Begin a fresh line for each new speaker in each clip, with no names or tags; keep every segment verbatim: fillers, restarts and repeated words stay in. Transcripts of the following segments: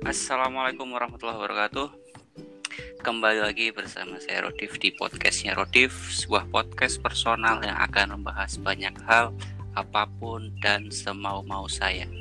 Assalamualaikum warahmatullahi wabarakatuh. Kembali lagi bersama saya Rodif di podcastnya Rodif, sebuah podcast personal yang akan membahas banyak hal, apapun dan semau-mau saya.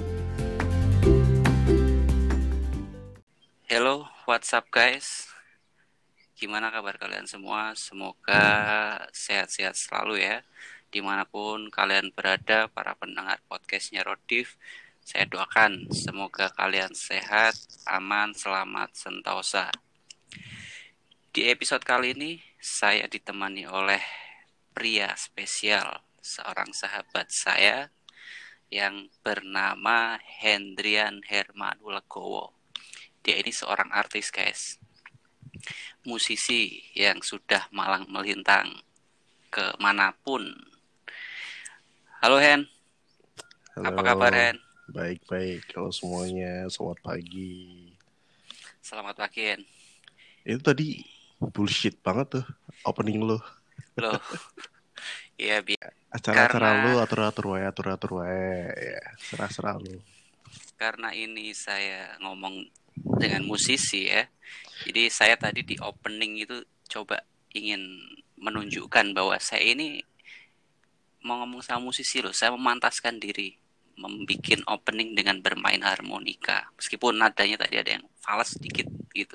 Hello, what's up guys? Gimana kabar kalian semua? Semoga sehat-sehat selalu ya, dimanapun kalian berada, para pendengar podcastnya Rodif. Saya doakan semoga kalian sehat, aman, selamat, sentosa. Di episode kali ini saya ditemani oleh pria spesial, seorang sahabat saya yang bernama Hendrian Hermanu Legowo. Dia ini seorang artis guys, musisi yang sudah malang melintang ke manapun. Halo Hen.
Halo.
Apa kabar Hen?
Baik-baik, kalau semuanya selamat pagi.
Selamat pagi Hen.
Itu tadi bullshit banget tuh opening lo.
Loh, iya biar.
Acara-acara
Karena...
lo atur-atur wae, atur-atur wae, ya serah-serah lo.
Karena ini saya ngomong dengan musisi ya, jadi saya tadi di opening itu coba ingin menunjukkan bahwa saya ini mau ngomong sama musisi loh. Saya memantaskan diri membuat opening dengan bermain harmonika, meskipun nadanya tadi ada yang fals sedikit gitu.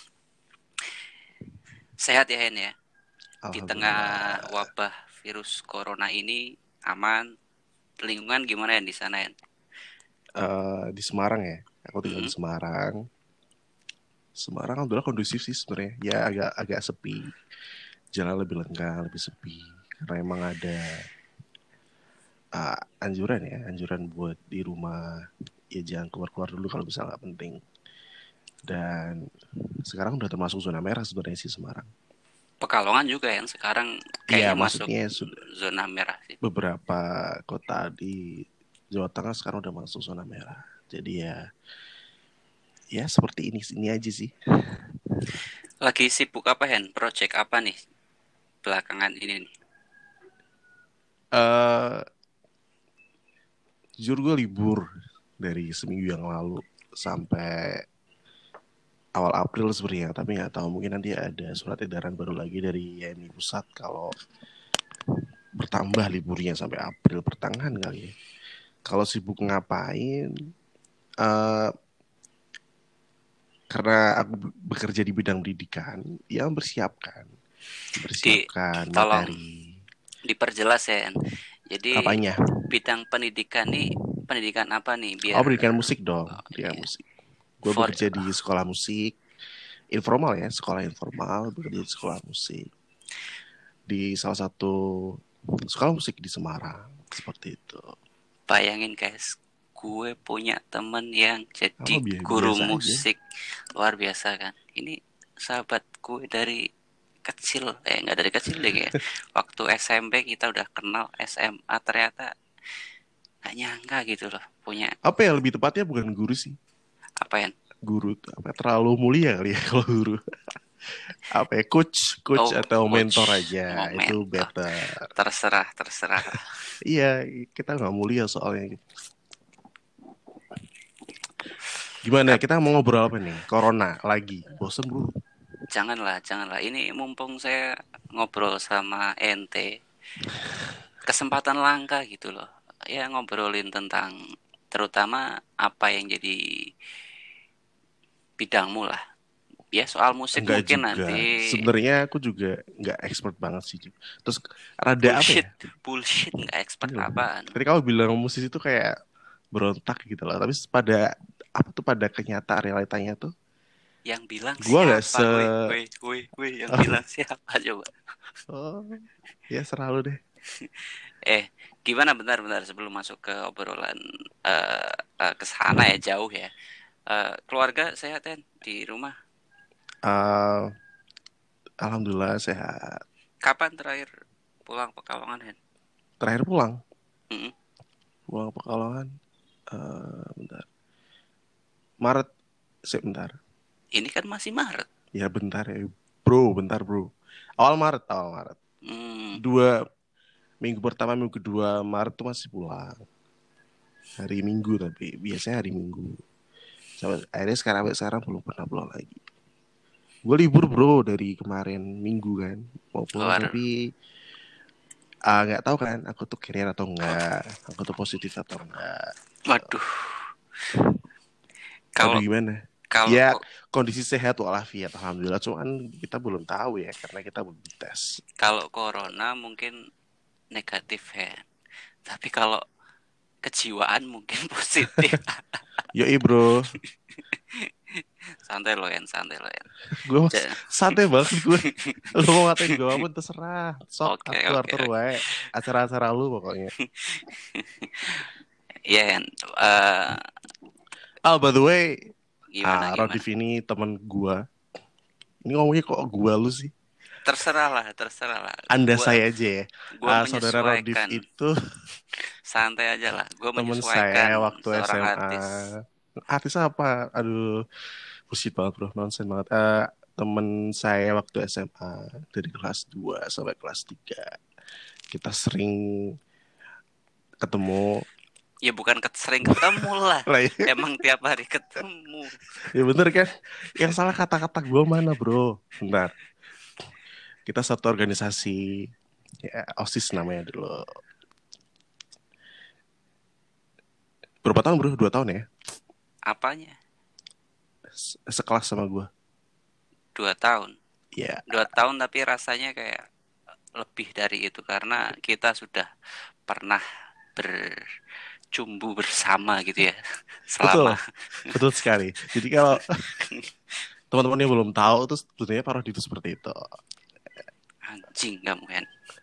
Sehat ya Hen ya? Di tengah wabah virus corona ini aman. Lingkungan gimana ya di sana Hen?
Uh, di Semarang ya, aku tinggal mm-hmm. di Semarang. Semarang adalah kondusif sih sebenarnya, ya agak agak sepi, jalan lebih lengkap, lebih sepi, karena emang ada uh, anjuran ya, anjuran buat di rumah ya jangan keluar-keluar dulu kalau misalnya nggak penting. Dan sekarang udah termasuk zona merah sebenarnya sih Semarang.
Pekalongan juga yang sekarang kayaknya ya, masuk zona merah sih.
Beberapa kota di Jawa Tengah sekarang udah masuk zona merah. Jadi ya ya seperti ini ini aja sih.
Lagi sibuk apa Hen? Project apa nih belakangan ini nih?
Uh, jujur gue libur dari seminggu yang lalu sampai awal April sebenarnya, tapi nggak tahu mungkin nanti ada surat edaran baru lagi dari Y M I pusat kalau bertambah liburnya sampai April pertengahan kali ya. Kalau sibuk ngapain? Uh, karena aku bekerja di bidang pendidikan, ya mempersiapkan, mempersiapkan
di,
materi.
Diperjelas ya. Jadi
apanya?
Bidang pendidikan nih, pendidikan apa nih? Biar...
Oh, pendidikan musik dong, oh, pendidikan iya. musik. Gue For... bekerja di sekolah musik, informal ya, sekolah informal, bekerja di sekolah musik. Di salah satu sekolah musik di Semarang, seperti itu.
Bayangin guys, gue punya temen yang jadi oh, bi- guru musik aja. Luar biasa kan. Ini sahabat gue dari kecil, eh nggak dari kecil deh ya. Waktu S M P kita udah kenal, S M A ternyata nggak nyangka gitu loh punya.
Apa ya lebih tepatnya bukan guru sih?
Apa yang?
Guru apa terlalu mulia kali ya kalau guru. Apa ya, coach, coach oh, atau coach. mentor aja, oh, itu mentor. Better.
Terserah, terserah.
Iya, kita nggak mulia soalnya. Gimana? Kita mau ngobrol apa nih? Corona lagi, bosen bro?
Janganlah, janganlah. Ini mumpung saya ngobrol sama ente, kesempatan langka gitu loh. Ya ngobrolin tentang terutama apa yang jadi bidangmu lah. Ya soal musik
enggak
mungkin
juga.
Nanti.
Sebenarnya aku juga nggak expert banget sih. Terus rada
bullshit,
apa ya?
Bullshit, nggak expert iya. Apaan?
Tadi kamu bilang musisi itu kayak berontak gitu loh. Tapi pada apa tuh pada kenyataan realitanya tuh?
Yang bilang
gua
siapa?
Se...
Woi, woi, woi, woi, yang oh. bilang siapa coba?
Oh, ya selalu deh.
eh, gimana bentar-bentar sebelum masuk ke obrolan uh, uh, ke sana ya jauh ya. Uh, keluarga sehat kan di rumah?
Uh, Alhamdulillah sehat.
Kapan terakhir pulang Pekalongan, Hen?
Terakhir pulang?
Mm-hmm.
Pulang Pekalongan, uh, bentar. Maret, sebentar.
Ini kan masih Maret.
Ya bentar ya, bro, bentar bro. Awal Maret, awal Maret.
Hmm.
Dua minggu pertama, minggu kedua Maret tuh masih pulang. Hari Minggu tapi biasanya hari Minggu. Sampai akhirnya sekarang sampai sekarang belum pernah pulang lagi. Gue libur bro dari kemarin minggu kan mau pulang
Waduh,
tapi ah, nggak tahu kan aku tuh carrier atau enggak, aku tuh positif atau enggak.
waduh.
Waduh
Kalau
gimana?
kalau
Ya
kok
kondisi sehat walafiat alhamdulillah, cuman kita belum tahu ya karena kita belum dites.
kalau corona mungkin negatif ya. Tapi kalau kejiwaan mungkin positif.
Yoi bro,
Santai loh, Yan, santai loh, Yan.
gue
Ja-
santai banget gue. Lu mau ngatain gue apa terserah, sok
Oke,
atur
oke,
atur
oke.
wae acara-acara lu pokoknya.
Iya, Yan. Eh,
Ah by the way,
gimana
ah
gimana?
Rodif ini temen gue. Ini ngomongnya kok gue lu sih?
Terserah lah, terserah lah.
Anda
Gua
saya aja ya.
gua
Ah, saudara Rodif
menyesuaikan.
itu
Santai aja lah. Gua
temen
menyesuaikan
saya waktu
seorang
S M A.
artis.
Artis apa? Aduh, bullshit banget bro, nonsen banget. Eh, temen saya waktu S M A dari kelas dua sampai kelas tiga. Kita sering ketemu.
Ya bukan ket- sering ketemu lah.
Lah ya,
Emang tiap hari ketemu.
ya bener kan? Yang salah kata-kata gue mana bro? Bentar. Kita satu organisasi. Ya, OSIS namanya dulu. Berapa tahun bro? Dua tahun ya?
Apanya?
Se- Sekelas sama gue.
Dua tahun.
Ya,
Dua tahun tapi rasanya kayak lebih dari itu karena kita sudah pernah bercumbu bersama gitu ya selama.
betul. Betul sekali. Jadi kalau teman-teman yang belum tahu tuh sebenarnya parodi itu seperti itu.
Anjing kamu Hen.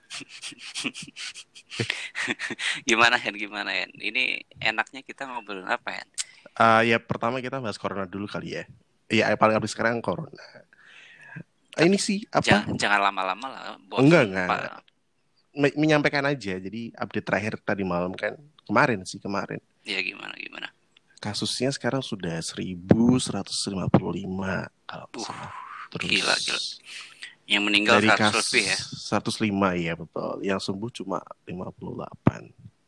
Gimana Hen, gimana Hen? Ini enaknya kita ngobrol apa Hen?
Uh, ya pertama kita bahas corona dulu kali ya. Iya, yang paling update sekarang corona. Ah, ini
Tapi
sih apa?
jangan jangan lama-lama lah,
Enggak,
bosen
enggak, enggak.
pak.
Me- menyampaikan aja. Jadi update terakhir tadi malam kan kemarin sih kemarin.
Ya gimana gimana.
Kasusnya sekarang sudah seribu seratus lima puluh lima kalau nggak
Uh,
salah. Terus
gila gila. Yang meninggal
dari
seratus
kasus
lebih ya.
seratus lima ya betul. Yang sembuh cuma lima puluh delapan.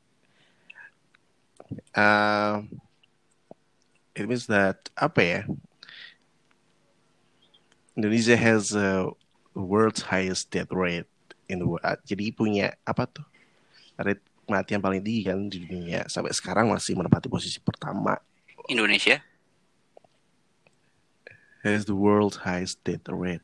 Uh, it means that apa ya? Indonesia has a world's highest death rate in the world. Jadi punya apa tuh? Rate kematian paling tinggi kan di dunia. Sampai sekarang masih menempati posisi pertama.
Indonesia
Has the world's highest death rate.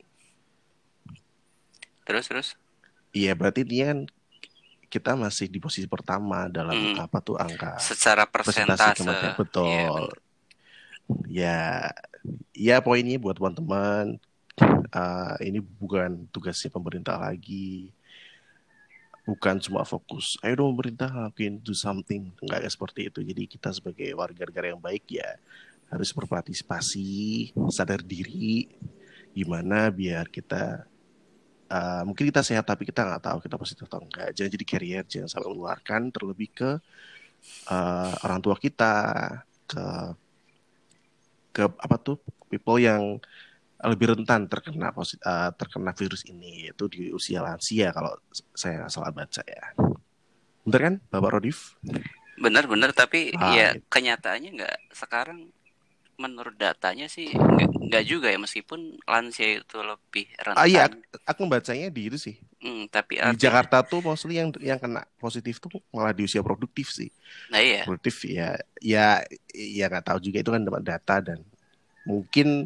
terus terus.
Iya berarti dia kan kita masih di posisi pertama dalam
Hmm.
apa tuh angka
Secara
presentasi
persentase.
kematian.
Iya,
Betul.
bener.
Ya, ya poinnya buat teman-teman. Uh, ini bukan tugasnya pemerintah lagi. Bukan cuma fokus, ayo dong pemerintah lakuin do something. Enggak seperti itu. Jadi kita sebagai warga negara yang baik ya harus berpartisipasi, sadar diri, gimana biar kita uh, mungkin kita sehat tapi kita nggak tahu kita positif atau enggak. Jangan jadi carrier, jangan sampai menularkan terlebih ke uh, orang tua kita, ke ke apa tuh people yang lebih rentan terkena posit, uh, terkena virus ini, yaitu di usia lansia kalau saya salah baca ya. Bener kan Bapak Rodif?
Bener-bener tapi
Ah,
ya
gitu.
kenyataannya nggak sekarang menurut datanya sih nggak nggak juga ya meskipun lansia itu lebih
Ah iya,
rentan.
aku, aku membacanya di itu sih.
Hmm, tapi
Di
artinya,
Jakarta tuh mostly yang yang kena positif tuh malah di usia produktif sih.
nah iya,
Produktif ya, ya, ya nggak tahu juga itu kan data dan mungkin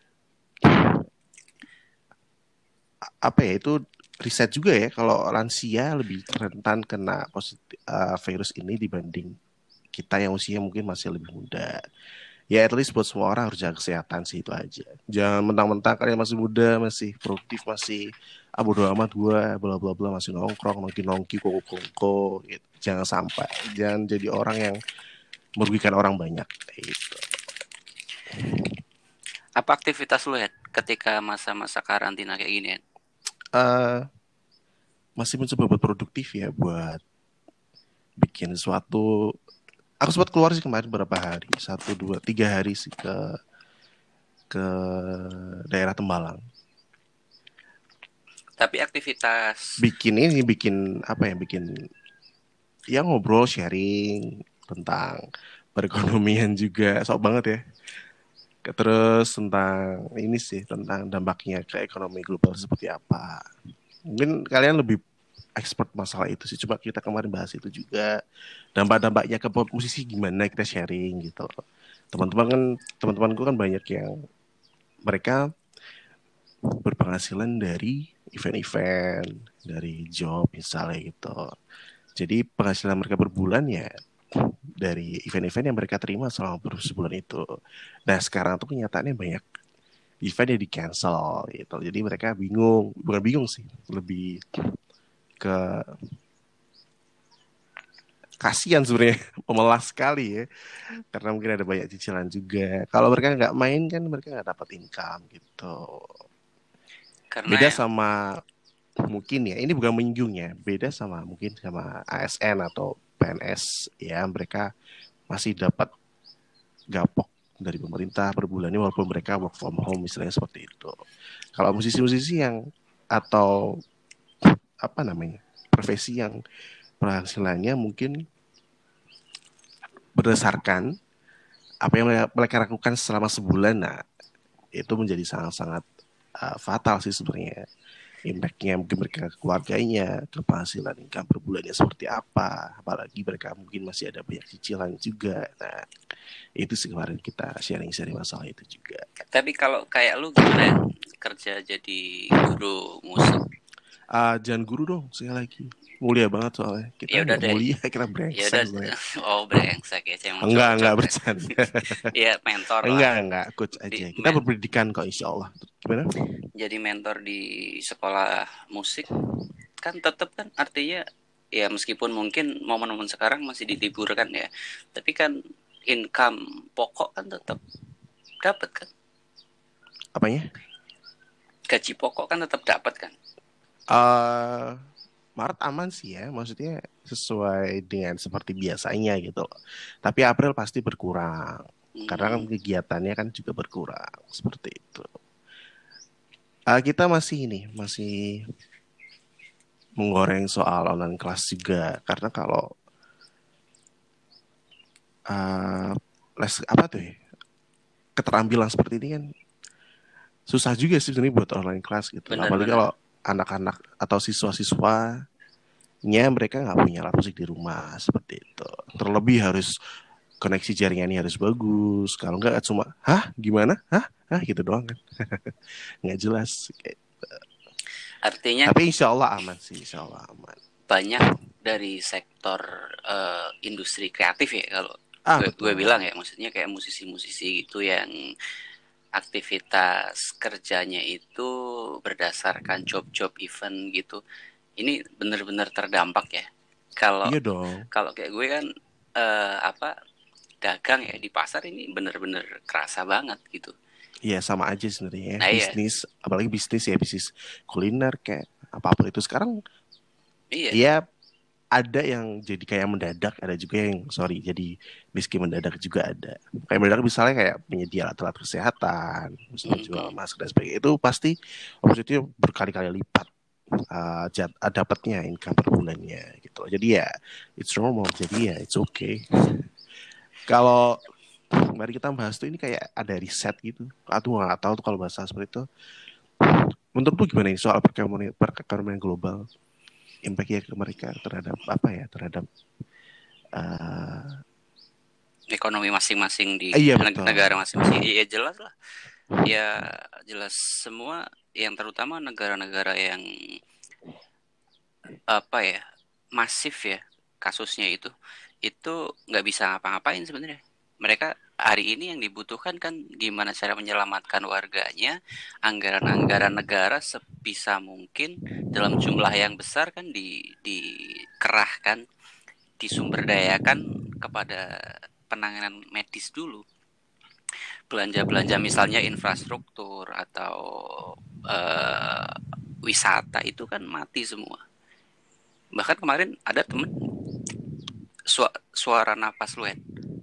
apa ya itu riset juga ya kalau lansia lebih rentan kena positif uh, virus ini dibanding kita yang usia mungkin masih lebih muda. Ya at least buat semua orang harus jaga kesehatan sih itu aja. Jangan mentang-mentang kalian masih muda, masih produktif, masih ah bodo amat gue, bla bla bla masih nongkrong, nongki nongki, koko koko, gitu. Jangan sampai, jangan jadi orang yang merugikan orang banyak. Gitu.
apa aktivitas lu ya ketika masa-masa karantina kayak gini ya?
Uh, masih mencoba buat produktif ya, buat bikin sesuatu. Aku sempat keluar sih kemarin beberapa hari, satu, dua, tiga hari sih ke ke daerah Tembalang.
Tapi aktivitas
Bikin ini, bikin apa ya, bikin ya ngobrol, sharing tentang perekonomian juga sok banget ya. Terus tentang ini sih, tentang dampaknya ke ekonomi global seperti apa. Mungkin kalian lebih expert masalah itu sih. Coba kita kemarin bahas itu juga. Dampak-dampaknya ke musisi gimana kita sharing gitu. Teman-teman kan, teman-temanku kan banyak yang mereka berpenghasilan dari event-event, dari job misalnya gitu. Jadi penghasilan mereka per bulan ya dari event-event yang mereka terima selama sebulan itu. Nah sekarang tuh kenyataannya banyak event yang di cancel gitu. Jadi mereka bingung, bukan bingung sih, lebih ke kasihan sebenarnya, memelas sekali ya, karena mungkin ada banyak cicilan juga. Kalau mereka nggak main kan mereka nggak dapat income gitu.
Karena
Beda
ya,
sama mungkin ya, ini bukan menyinggung ya, beda sama mungkin sama A S N atau P N S ya, mereka masih dapat gapok dari pemerintah per bulannya walaupun mereka work from home misalnya seperti itu. Kalau musisi-musisi yang atau apa namanya profesi yang penghasilannya mungkin berdasarkan apa yang mereka lakukan selama sebulan, nah itu menjadi sangat-sangat uh, fatal sih sebenarnya. Impactnya mungkin mereka ke keluarganya, ke penghasilan income per bulannya seperti apa, apalagi mereka mungkin masih ada banyak cicilan juga. Nah itu sih kemarin kita sharing-sharing masalah itu juga.
tapi kalau kayak lu gimana ya kerja jadi guru musik?
Uh, jangan guru dong sekali lagi, mulia banget soalnya kita
Ya udah
nggak
deh,
mulia, kita
ya
brengsek
udah.
sebenarnya.
Oh, brengsek ya, saya emang
Enggak, enggak
cowok-cowok ya.
bercanda.
Ya mentor lah,
Enggak, enggak, coach
di
aja. Kita
men,
berpendidikan kok insya Allah. Gimana?
jadi mentor di sekolah musik kan tetap kan artinya ya meskipun mungkin momen-momen sekarang masih diliburkan ya, tapi kan income pokok kan tetap dapat kan,
Apanya?
gaji pokok kan tetap dapat kan.
Uh, Maret aman sih ya, maksudnya sesuai dengan seperti biasanya gitu loh. Tapi April pasti berkurang, karena kan
Hmm,
kegiatannya kan juga berkurang, seperti itu. Uh, kita masih ini, masih menggoreng soal online kelas juga, karena kalau uh, les apa tuh ya, keterampilan seperti ini kan susah juga sih sebenarnya buat online kelas gitu. Apalagi
benar-benar.
kalau anak-anak atau siswa-siswa nya mereka nggak punya alat musik di rumah seperti itu. Terlebih harus koneksi jaringannya harus bagus. Kalau nggak cuma, hah gimana? Hah? Hah gitu doang kan? Nggak jelas.
Artinya
Tapi insya Allah aman sih, insya Allah aman.
banyak dari sektor eh, industri kreatif ya kalau
Ah
gue gue
betul.
bilang ya, maksudnya kayak musisi-musisi gitu yang aktivitas kerjanya itu berdasarkan job-job event gitu. Ini benar-benar terdampak ya. Kalau
Iya dong.
kalau kayak gue kan eh, apa dagang ya di pasar, ini benar-benar kerasa banget gitu.
Iya sama aja sebenarnya ya.
Nah iya,
Bisnis, apalagi bisnis ya bisnis kuliner kayak apapun itu sekarang
iya,
ya ada yang jadi kayak mendadak, ada juga yang sorry jadi miskin mendadak juga ada. Kayak mendadak misalnya kayak penyedia alat-alat kesehatan, terus menjual
mm-mm.
masker dan sebagainya. Itu pasti omsetnya berkali-kali lipat uh, jat, uh, dapatnya income per bulannya gitu. Jadi ya it's normal. Jadi ya it's okay. Kalau mari kita bahas tuh ini kayak ada riset gitu. Aku nggak tahu tuh kalau bahasa seperti itu. Menurut tuh gimana nih soal perekonomian, perekonomian global? Impactnya ke mereka terhadap apa ya? Terhadap uh,
Ekonomi masing-masing di
iya
negara
betul.
masing-masing, iya jelas lah. Ya jelas semua, yang terutama negara-negara yang apa ya masif ya kasusnya itu itu nggak bisa ngapa-ngapain sebenarnya. Mereka hari ini yang dibutuhkan kan gimana cara menyelamatkan warganya, anggaran-anggaran negara sebisa mungkin dalam jumlah yang besar kan di dikerahkan, disumberdayakan kepada penanganan medis dulu. Belanja-belanja misalnya infrastruktur atau eh, wisata itu kan mati semua. Bahkan kemarin ada temen su- suara napas lu ya.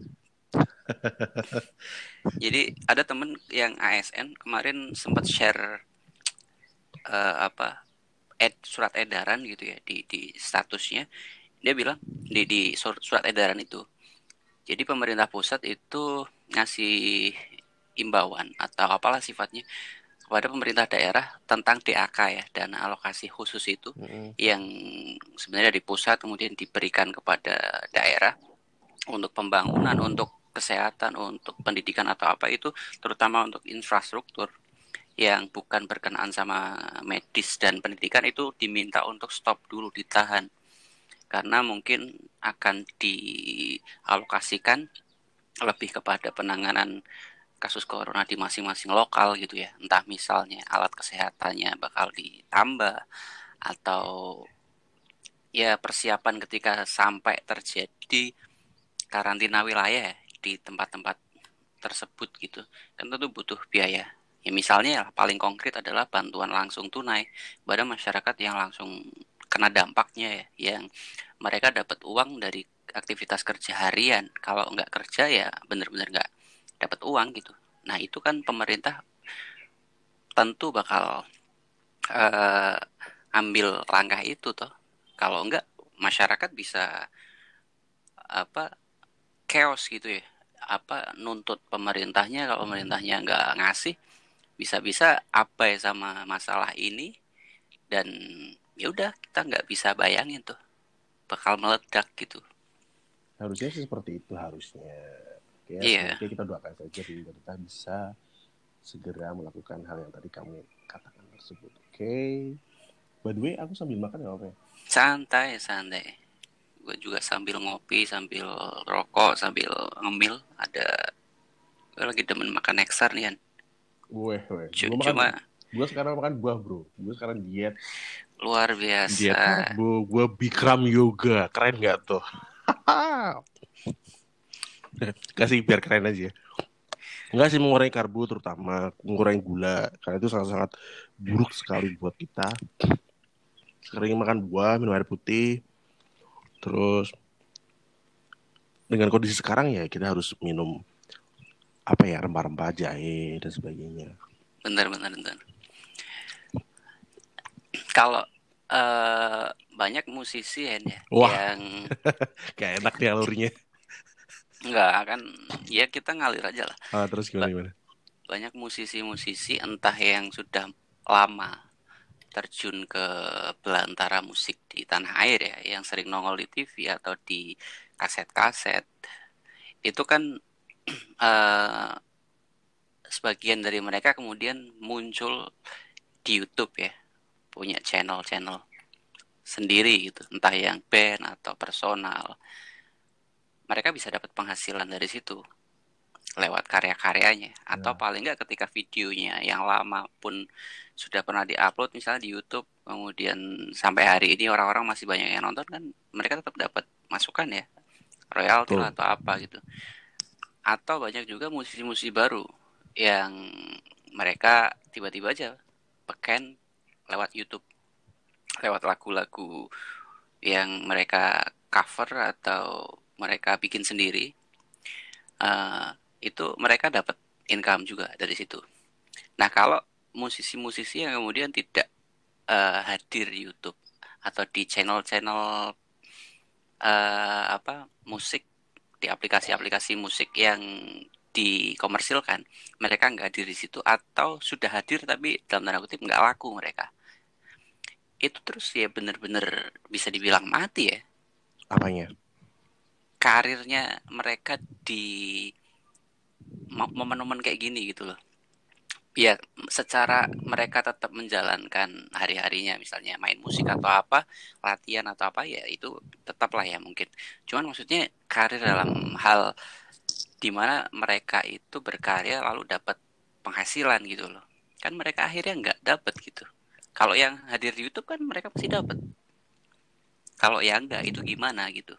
Jadi ada temen yang A S N kemarin sempat share eh, apa ed, surat edaran gitu ya di di statusnya. Dia bilang di di surat edaran itu. Jadi pemerintah pusat itu ngasih imbauan atau apalah sifatnya kepada pemerintah daerah tentang D A K ya, dana alokasi khusus itu
Mm-mm.
yang sebenarnya dari pusat kemudian diberikan kepada daerah untuk pembangunan, untuk kesehatan, untuk pendidikan atau apa itu, terutama untuk infrastruktur yang bukan berkenaan sama medis dan pendidikan itu diminta untuk stop dulu, ditahan. Karena mungkin akan dialokasikan lebih kepada penanganan kasus corona di masing-masing lokal gitu ya. Entah misalnya alat kesehatannya bakal ditambah atau ya persiapan ketika sampai terjadi karantina wilayah di tempat-tempat tersebut gitu. Kan tentu butuh biaya. Ya misalnya ya, paling konkret adalah bantuan langsung tunai pada masyarakat yang langsung kena dampaknya ya, yang mereka dapat uang dari aktivitas kerja harian. Kalau nggak kerja ya benar-benar nggak dapat uang gitu. Nah itu kan pemerintah tentu bakal uh, ambil langkah itu toh. Kalau nggak masyarakat bisa apa chaos gitu ya, apa nuntut pemerintahnya, kalau pemerintahnya nggak ngasih bisa-bisa abai sama masalah ini dan ya udah kita nggak bisa bayangin tuh bakal meledak gitu.
Harusnya sih seperti itu harusnya. Oke, ya,
Iya,
semoga kita doakan saja pemerintah bisa segera melakukan hal yang tadi kamu katakan tersebut. Oke. By the way, aku sambil makan nggak apa ya?
santai santai. Gue juga sambil ngopi, sambil rokok, sambil ngemil. Ada gue lagi demen makan Nexar nih kan.
Weh, weh. Gue
C-
makan,
cuma
gue sekarang makan buah bro. Gue sekarang diet.
luar biasa.
Diet karbo. Gue Bikram yoga. Keren nggak tuh? Kasih biar keren aja. Enggak sih, mengurangi karbo terutama mengurangi gula karena itu sangat-sangat buruk sekali buat kita. Sering makan buah, minum air putih, terus dengan kondisi sekarang ya kita harus minum apa ya, rempah-rempah, jahe dan sebagainya.
Bener bener bener. Kalau uh, banyak musisi ya
Wah,
yang
kayak enak nih alurnya.
enggak kan, ya kita ngalir aja lah.
Ah, terus gimana
Ba-
gimana?
banyak musisi-musisi entah yang sudah lama terjun ke belantara musik di tanah air ya, yang sering nongol di T V atau di kaset-kaset, itu kan uh, sebagian dari mereka kemudian muncul di YouTube ya, punya channel-channel sendiri gitu, entah yang band atau personal. Mereka bisa dapat penghasilan dari situ lewat karya-karyanya, atau
Nah,
paling nggak ketika videonya yang lama pun sudah pernah diupload misalnya di YouTube, kemudian sampai hari ini orang-orang masih banyak yang nonton, kan mereka tetap dapat masukan ya, royalti lah
betul.
atau apa gitu. Atau banyak juga musisi-musisi baru yang mereka tiba-tiba aja beken lewat YouTube, lewat lagu-lagu yang mereka cover atau mereka bikin sendiri. Uh, itu mereka dapat income juga dari situ. Nah, kalau musisi-musisi yang kemudian tidak uh, hadir di YouTube atau di channel-channel uh, apa musik, di aplikasi-aplikasi musik yang dikomersilkan, mereka nggak hadir di situ atau sudah hadir tapi dalam tanda kutip nggak laku mereka. Itu terus ya bener-bener bisa dibilang mati ya.
Apanya?
Karirnya mereka di momen-momen kayak gini gitu loh. Ya secara mereka tetap menjalankan hari-harinya, misalnya main musik atau apa, latihan atau apa, ya itu tetaplah ya mungkin. Cuman maksudnya karir dalam hal dimana mereka itu berkarya lalu dapat penghasilan gitu loh, kan mereka akhirnya nggak dapat gitu. Kalau yang hadir di YouTube kan mereka pasti dapat, kalau yang enggak itu gimana gitu.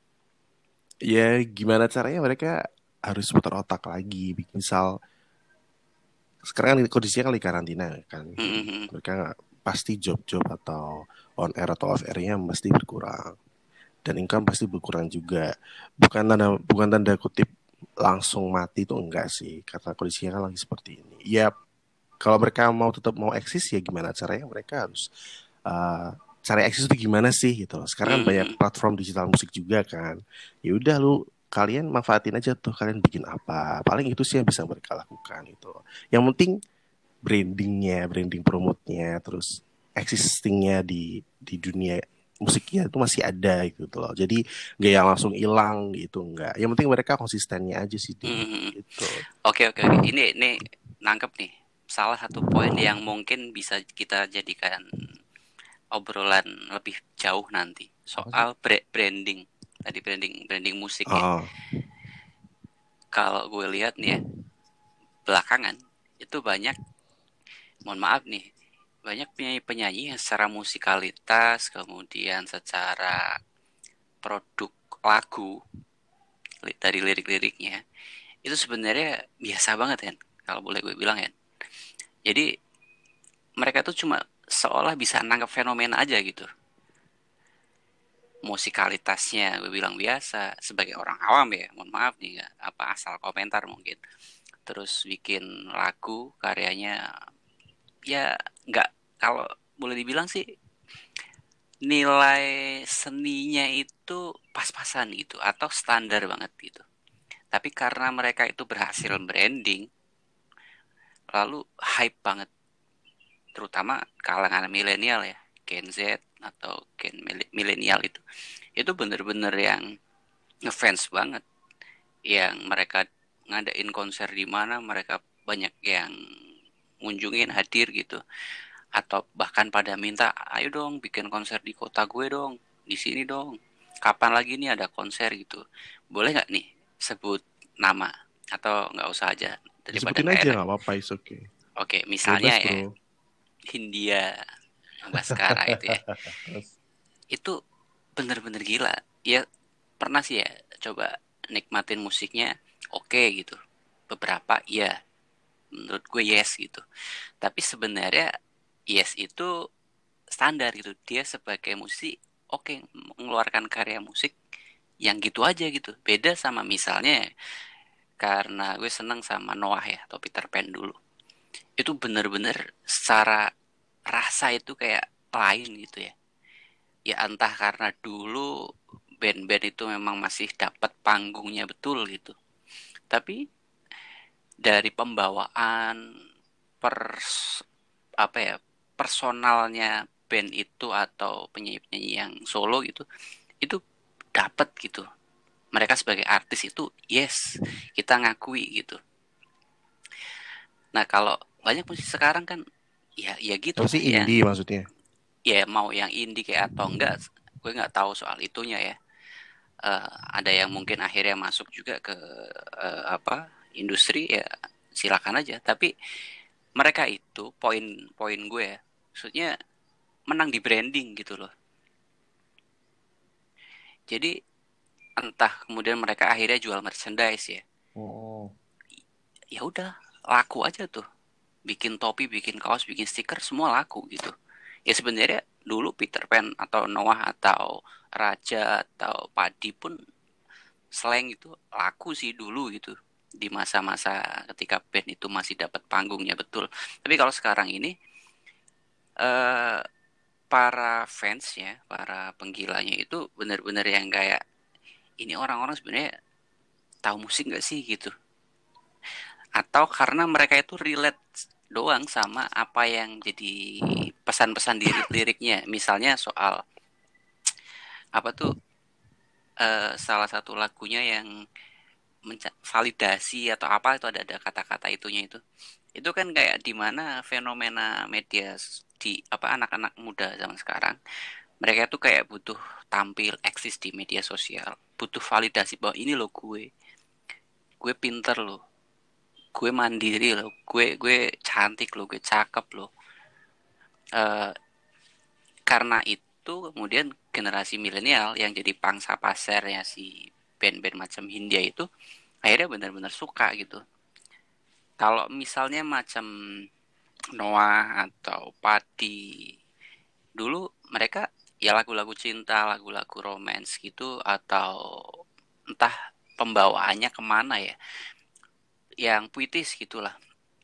Ya gimana caranya mereka harus putar otak lagi. Misal sekarang kan kondisinya kan lagi karantina kan.
Mm-hmm.
Mereka nggak pasti job-job atau on air atau off airnya mesti berkurang dan income pasti berkurang juga. Bukan tanda bukan tanda kutip langsung mati itu enggak sih, karena kondisinya kan lagi seperti ini. Ya kalau mereka mau tetap mau eksis ya gimana caranya mereka harus uh, cari eksis itu gimana sih gitu loh. Sekarang kan banyak
Mm-hmm.
platform digital musik juga kan. Ya udah lu kalian manfaatin aja tuh, kalian bikin apa, paling itu sih yang bisa mereka lakukan itu. Yang penting brandingnya, branding promotnya, terus existingnya di di dunia musiknya itu masih ada gitu loh. Jadi nggak yang langsung hilang gitu, nggak. Yang penting mereka konsistennya aja sih deh
Hmm.
gitu.
Oke oke oke. Ini ini nangkep nih. Salah satu poin yang mungkin bisa kita jadikan obrolan lebih jauh nanti
Apa sih?
soal branding. Tadi branding branding musik ya.
Oh,
Kalau gue lihat nih ya, belakangan itu banyak, mohon maaf nih, banyak penyanyi-penyanyi yang secara musikalitas, kemudian secara produk lagu dari lirik-liriknya itu sebenarnya biasa banget kan, kalau boleh gue bilang ya. Jadi mereka tuh cuma seolah bisa nangkep fenomena aja gitu. Musikalitasnya gue bilang biasa sebagai orang awam ya, mohon maaf nih, gak apa asal komentar mungkin. Terus bikin lagu karyanya ya nggak, kalau boleh dibilang sih nilai seninya itu pas-pasan gitu atau standar banget gitu. Tapi karena mereka itu berhasil branding, lalu hype banget, terutama kalangan milenial ya, Gen Z atau Gen milenial itu, itu bener-bener yang ngefans banget, yang mereka ngadain konser di mana mereka banyak yang ngunjungin, hadir gitu, atau bahkan pada minta ayo dong bikin konser di kota gue dong, di sini dong, kapan lagi nih ada konser gitu. Boleh nggak nih sebut nama atau nggak usah aja daripada
disebutin
nggak
aja
enak?
nggak apa-apa, is oke.
Oke, misalnya
Bebas
ya
bro.
Hindia Baskara itu ya,
Terus,
itu bener-bener gila ya. Pernah sih ya coba nikmatin musiknya, oke gitu, beberapa ya menurut gue yes gitu, tapi sebenarnya yes itu standar gitu. Dia sebagai musik oke mengeluarkan karya musik yang gitu aja gitu. Beda sama misalnya, karena gue seneng sama Noah ya atau Peter Pan dulu, itu bener-bener secara rasa itu kayak lain gitu ya. Ya entah karena dulu band-band itu memang masih dapat panggungnya betul gitu, tapi dari pembawaan, pers apa ya, personalnya band itu atau penyanyi-penyanyi yang solo gitu, itu dapat gitu. Mereka sebagai artis itu yes, kita ngakui gitu. Nah kalau banyak musik sekarang kan ya ya
apa
gitulah
sih
yang,
indie maksudnya?
ya mau yang indie kayak atau enggak, gue nggak tahu soal itunya ya. Eh, ada yang mungkin akhirnya masuk juga ke eh, apa industri ya, silakan aja. Tapi mereka itu poin-poin gue ya, maksudnya menang di branding gitu loh. Jadi entah kemudian mereka akhirnya jual merchandise ya,
Oh,
ya udah laku aja tuh, bikin topi, bikin kaos, bikin stiker, semua laku gitu. Ya sebenarnya dulu Peter Pan atau Noah atau Raja atau Padi pun slang itu laku sih dulu gitu, di masa-masa ketika band itu masih dapat panggungnya betul. Tapi kalau sekarang ini eh, para fansnya, para penggilanya itu benar-benar yang kayak ini orang-orang sebenarnya tahu musik nggak sih gitu, atau karena mereka itu relate doang sama apa yang jadi pesan-pesan di liriknya. Misalnya soal apa tuh, eh, salah satu lagunya yang menca- validasi atau apa itu, ada ada kata-kata itunya itu itu kan kayak di mana fenomena media di apa anak-anak muda zaman sekarang, mereka tuh kayak butuh tampil eksis di media sosial, butuh validasi bahwa ini loh gue gue pinter loh, gue mandiri loh, gue gue cantik loh, gue cakep loh. Eh, karena itu kemudian generasi milenial yang jadi pangsa pasarnya si band-band macam Hindia itu akhirnya benar-benar suka gitu. Kalau misalnya macam Noah atau Padi dulu, mereka ya lagu-lagu cinta, lagu-lagu romance gitu, atau entah pembawaannya kemana ya, yang puitis gitulah.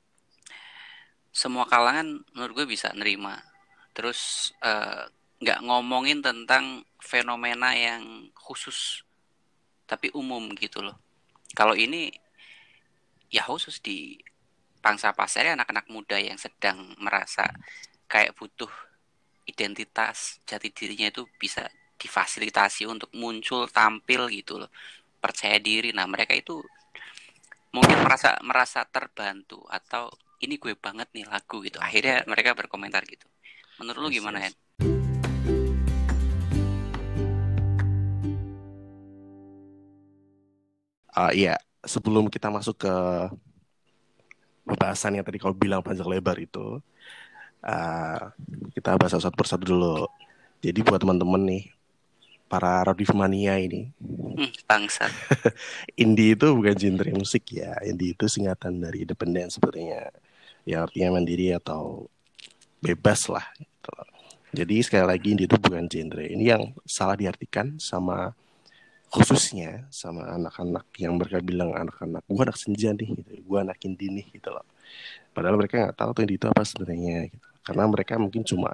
Semua kalangan menurut gue bisa nerima. Terus eh, nggak ngomongin tentang fenomena yang khusus tapi umum gitu loh. Kalau ini ya khusus di pangsa pasarnya anak-anak muda yang sedang merasa kayak butuh identitas jati dirinya itu bisa difasilitasi untuk muncul tampil gitu loh, percaya diri. Nah mereka itu mungkin merasa merasa terbantu atau ini gue banget nih lagu gitu, akhirnya mereka berkomentar gitu. Menurut lu
Yes,
gimana
yes.
Hen?
Ah iya, sebelum kita masuk ke pembahasan yang tadi kau bilang panjang lebar itu, ah, kita bahas satu persatu dulu. Jadi buat teman-teman nih, para Rodiv Mania ini,
Hmm, bangsat.
indie itu bukan genre musik ya. Indie itu singkatan dari independen sebenarnya. Ya artinya mandiri atau bebas lah gitu. Jadi sekali lagi indie itu bukan genre. Ini yang salah diartikan sama khususnya sama anak-anak yang mereka bilang anak-anak gue anak senja nih gitu, gue anak indie nih gitu loh. Padahal mereka nggak tahu tuh indie itu apa sebenarnya gitu. Karena mereka mungkin cuma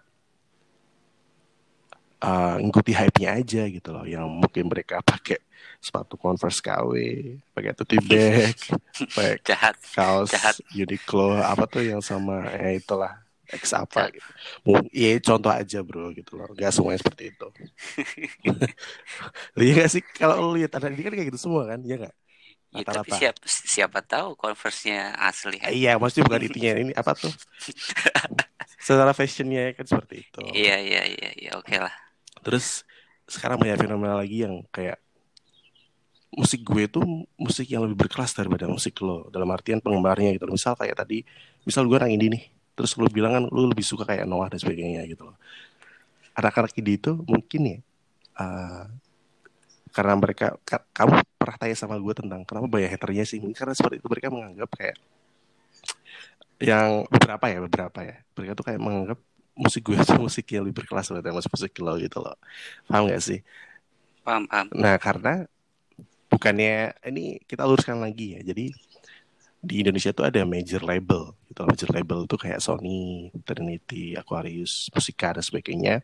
uh, ngikuti hype-nya aja gitu loh, yang mungkin mereka pakai sepatu Converse K W, pakai tote bag, pakai
Jahat, jahat,
kaos Uniqlo apa tuh yang sama ya itulah X apa
jahat.
gitu. Iya contoh aja bro gitu loh, gak semuanya seperti itu. Iya gak sih, kalau lu lihat anak ini kan kayak gitu semua kan, ya gak?
Ya tapi
Rata-rata.
siapa siapa tahu Converse-nya asli Hen.
Iya, maksudnya bukan itunya, ini apa tuh? Secara fashionnya kan seperti itu.
Iya iya iya iya, oke lah.
Terus sekarang banyak fenomena lagi yang kayak musik gue tuh musik yang lebih berkelas daripada musik lo, dalam artian penggemarnya gitu. Misal kayak tadi, misal gue orang indie nih, terus lo bilang kan lo lebih suka kayak Noah dan sebagainya gitu loh. Anak-anak indie itu mungkin ya, uh, karena mereka, ka- kamu pernah tanya sama gue tentang kenapa banyak haternya sih, mungkin karena seperti itu mereka menganggap kayak yang beberapa ya beberapa ya mereka tuh kayak menganggap musik gue itu musik yang lebih berkelas daripada musik musik lo gitu loh, paham gak sih?
Paham paham.
Nah karena bukannya ini kita luruskan lagi ya, jadi di Indonesia tuh ada major label gitu. Major label tuh kayak Sony, Trinity, Aquarius, Musika dan sebagainya.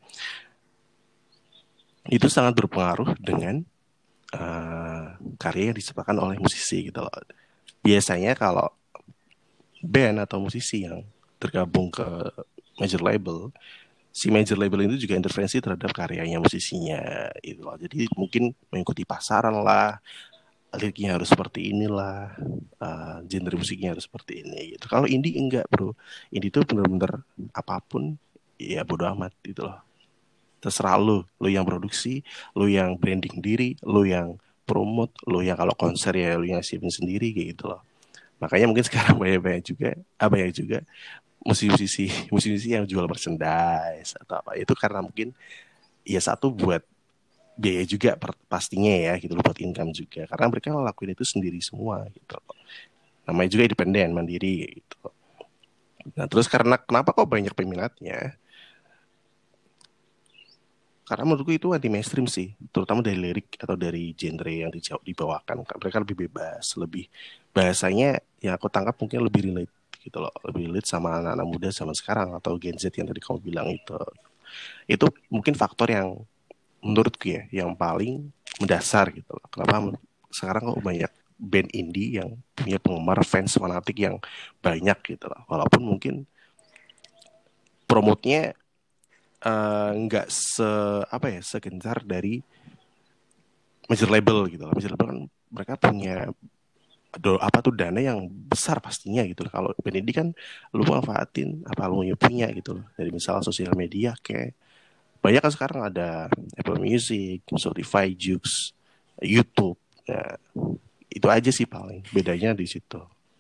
Itu sangat berpengaruh dengan uh, karya yang diciptakan oleh musisi gitu loh. Biasanya kalau band atau musisi yang tergabung ke major label, si major label itu juga intervensi terhadap karyanya musisinya itu loh. Jadi mungkin mengikuti pasaran lah, liriknya harus seperti inilah, uh, genre musiknya harus seperti ini gitu. Kalau indie enggak bro, indie itu bener-bener apapun ya bodo amat gitu loh. Terserah lu, lu yang produksi, lu yang branding diri, lu yang promote, lu yang kalau konser ya lu yang siapin sendiri kayak gitu loh. Makanya mungkin sekarang banyak-banyak juga, apa ya juga musisi-musisi musisi yang jual merchandise atau apa itu karena mungkin ya satu buat biaya juga per, pastinya ya gitu loh, buat income juga karena mereka ngelakuin itu sendiri semua gitu. Namanya juga independen mandiri gitu. Nah terus karena kenapa kok banyak peminatnya, karena menurutku itu anti mainstream sih, terutama dari lirik atau dari genre yang dibawakan. Mereka lebih bebas, lebih bahasanya yang aku tangkap mungkin lebih relate gitu loh, lebih relate sama anak-anak muda zaman sekarang atau Gen Z yang tadi kamu bilang itu. Itu mungkin faktor yang menurutku ya yang paling mendasar gitu loh. Kenapa sekarang kok banyak band indie yang punya penggemar fans fanatik yang banyak gitu loh. Walaupun mungkin promotnya nggak uh, se apa ya segencar dari major label gitu loh. Major label kan mereka punya do, apa tuh dana yang besar pastinya gitu loh. Kalau band indie kan lu manfaatin apa lu punya gitu loh. Dari misalnya sosial media kayak banyak kan sekarang ada Apple Music, Spotify, Joox, YouTube. Nah, itu aja sih paling bedanya di situ.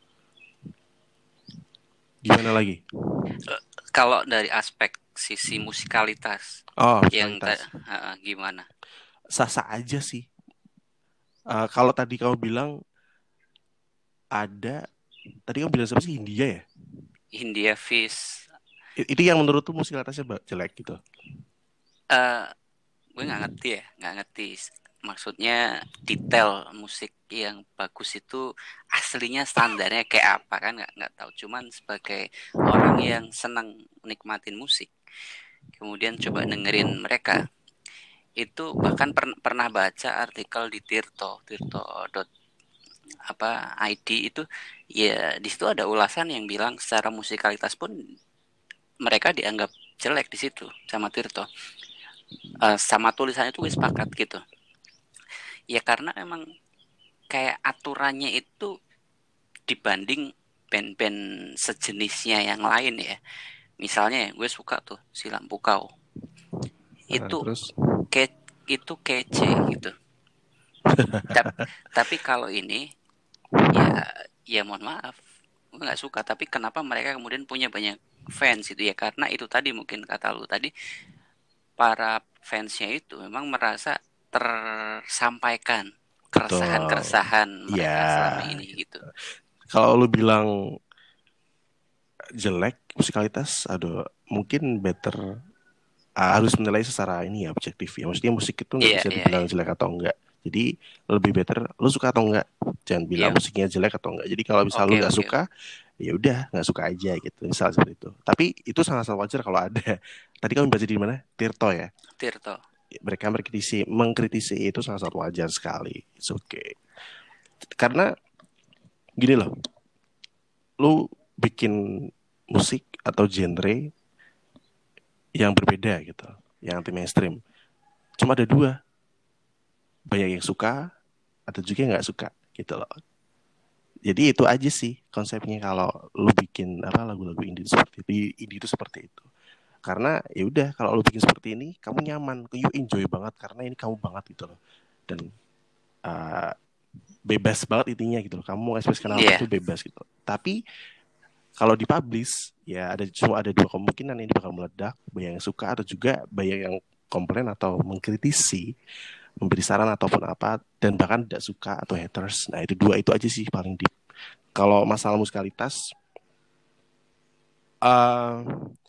Gimana lagi?
Kalau dari aspek sisi musikalitas
Oh,
yang ta-
musikalitas.
uh, gimana?
Sasa aja sih. Uh, kalau tadi kamu bilang ada, tadi kamu bilang siapa sih India ya?
India Fish.
Itu yang menurut tuh musikalitasnya jelek gitu.
Uh, gue nggak ngerti ya, nggak ngerti. Maksudnya detail musik yang bagus itu aslinya standarnya kayak apa kan nggak nggak tahu. Cuman sebagai orang yang senang nikmatin musik, kemudian coba dengerin mereka, itu bahkan per, pernah baca artikel di Tirto Tirto dot apa I D itu, ya di situ ada ulasan yang bilang secara musikalitas pun mereka dianggap jelek di situ sama Tirto. Uh, sama tulisannya itu wis sepakat gitu. Ya karena emang kayak aturannya itu dibanding band-band sejenisnya yang lain ya. Misalnya gue suka tuh si Lampu Kau.
Nah,
Itu
terus
ke itu kece gitu. Tap, tapi kalau ini ya ya mohon maaf, gue nggak suka. Tapi kenapa mereka kemudian punya banyak fans itu ya karena itu tadi mungkin kata lu tadi para fansnya itu memang merasa tersampaikan
betul.
keresahan-keresahan
Ya,
mereka selama ini gitu.
kalau lu bilang jelek musikalitas, aduh, mungkin better ah, harus menilai secara ini ya objektif ya. Maksudnya musik itu nggak
Iya,
bisa
iya,
dibilang
iya.
jelek atau enggak. Jadi lebih better lu suka atau enggak. Jangan bilang
Iya.
musiknya jelek atau enggak. Jadi kalau misal lu
Oke,
nggak
oke,
suka,
oke.
ya udah nggak suka aja gitu. Misal seperti itu. Tapi itu sangat-sangat wajar kalau ada. Tadi kamu baca di mana? Tirto ya.
Tirto.
Mereka mengkritisi, mengkritisi itu sangat-sangat wajar sekali. It's okay. Karena gini loh, lu bikin musik atau genre yang berbeda gitu, yang anti mainstream. Cuma ada dua, banyak yang suka, ada juga yang nggak suka gitu loh. Jadi itu aja sih konsepnya kalau lu bikin apa lagu-lagu indie itu seperti itu, indie itu seperti itu. Karena ya udah kalau lu bikin seperti ini, kamu nyaman, you enjoy banget karena ini kamu banget gitu loh. Dan uh, bebas banget intinya gitu loh. Kamu mau ekspresikan apa
Iya.
itu bebas gitu. Tapi kalau dipublish ya ada cuma ada dua kemungkinan ini bakal meledak, banyak yang suka atau juga banyak yang komplain atau mengkritisi, memberi saran ataupun apa dan bahkan tidak suka atau haters. Nah, itu dua itu aja sih paling deep. Kalau masalah musikalitas uh,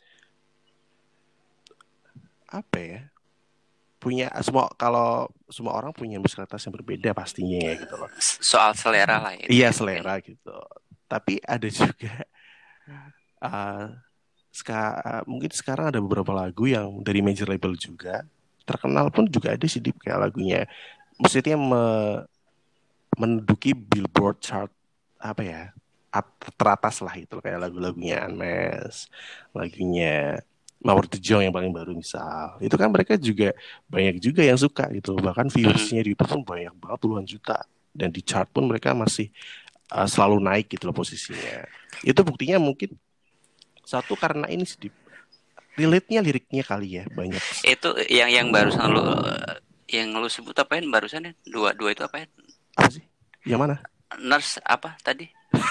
apa ya? Punya semua kalau semua orang punya musikalitas yang berbeda pastinya ya gitu loh.
Soal selera lah ya itu
Iya
ya mungkin.
selera gitu. Tapi ada juga uh, ska, mungkin sekarang ada beberapa lagu yang dari major label juga terkenal pun juga ada sih deep kayak lagunya. Maksudnya me- menduki Billboard chart apa ya at- teratas lah itu kayak lagu-lagunya Unmesh, lagunya Mawar Tejong yang paling baru misal itu kan mereka juga banyak juga yang suka gitu bahkan
Mm.
viewersnya di YouTube pun banyak banget puluhan juta dan di chart pun mereka masih uh, selalu naik gitu loh posisinya itu buktinya mungkin satu karena ini sih relate-nya liriknya kali ya banyak
Itu yang yang barusan lu yang lu sebut apa ya barusan ya? Dua dua itu apa ya?
apa sih yang mana
Nurse apa tadi?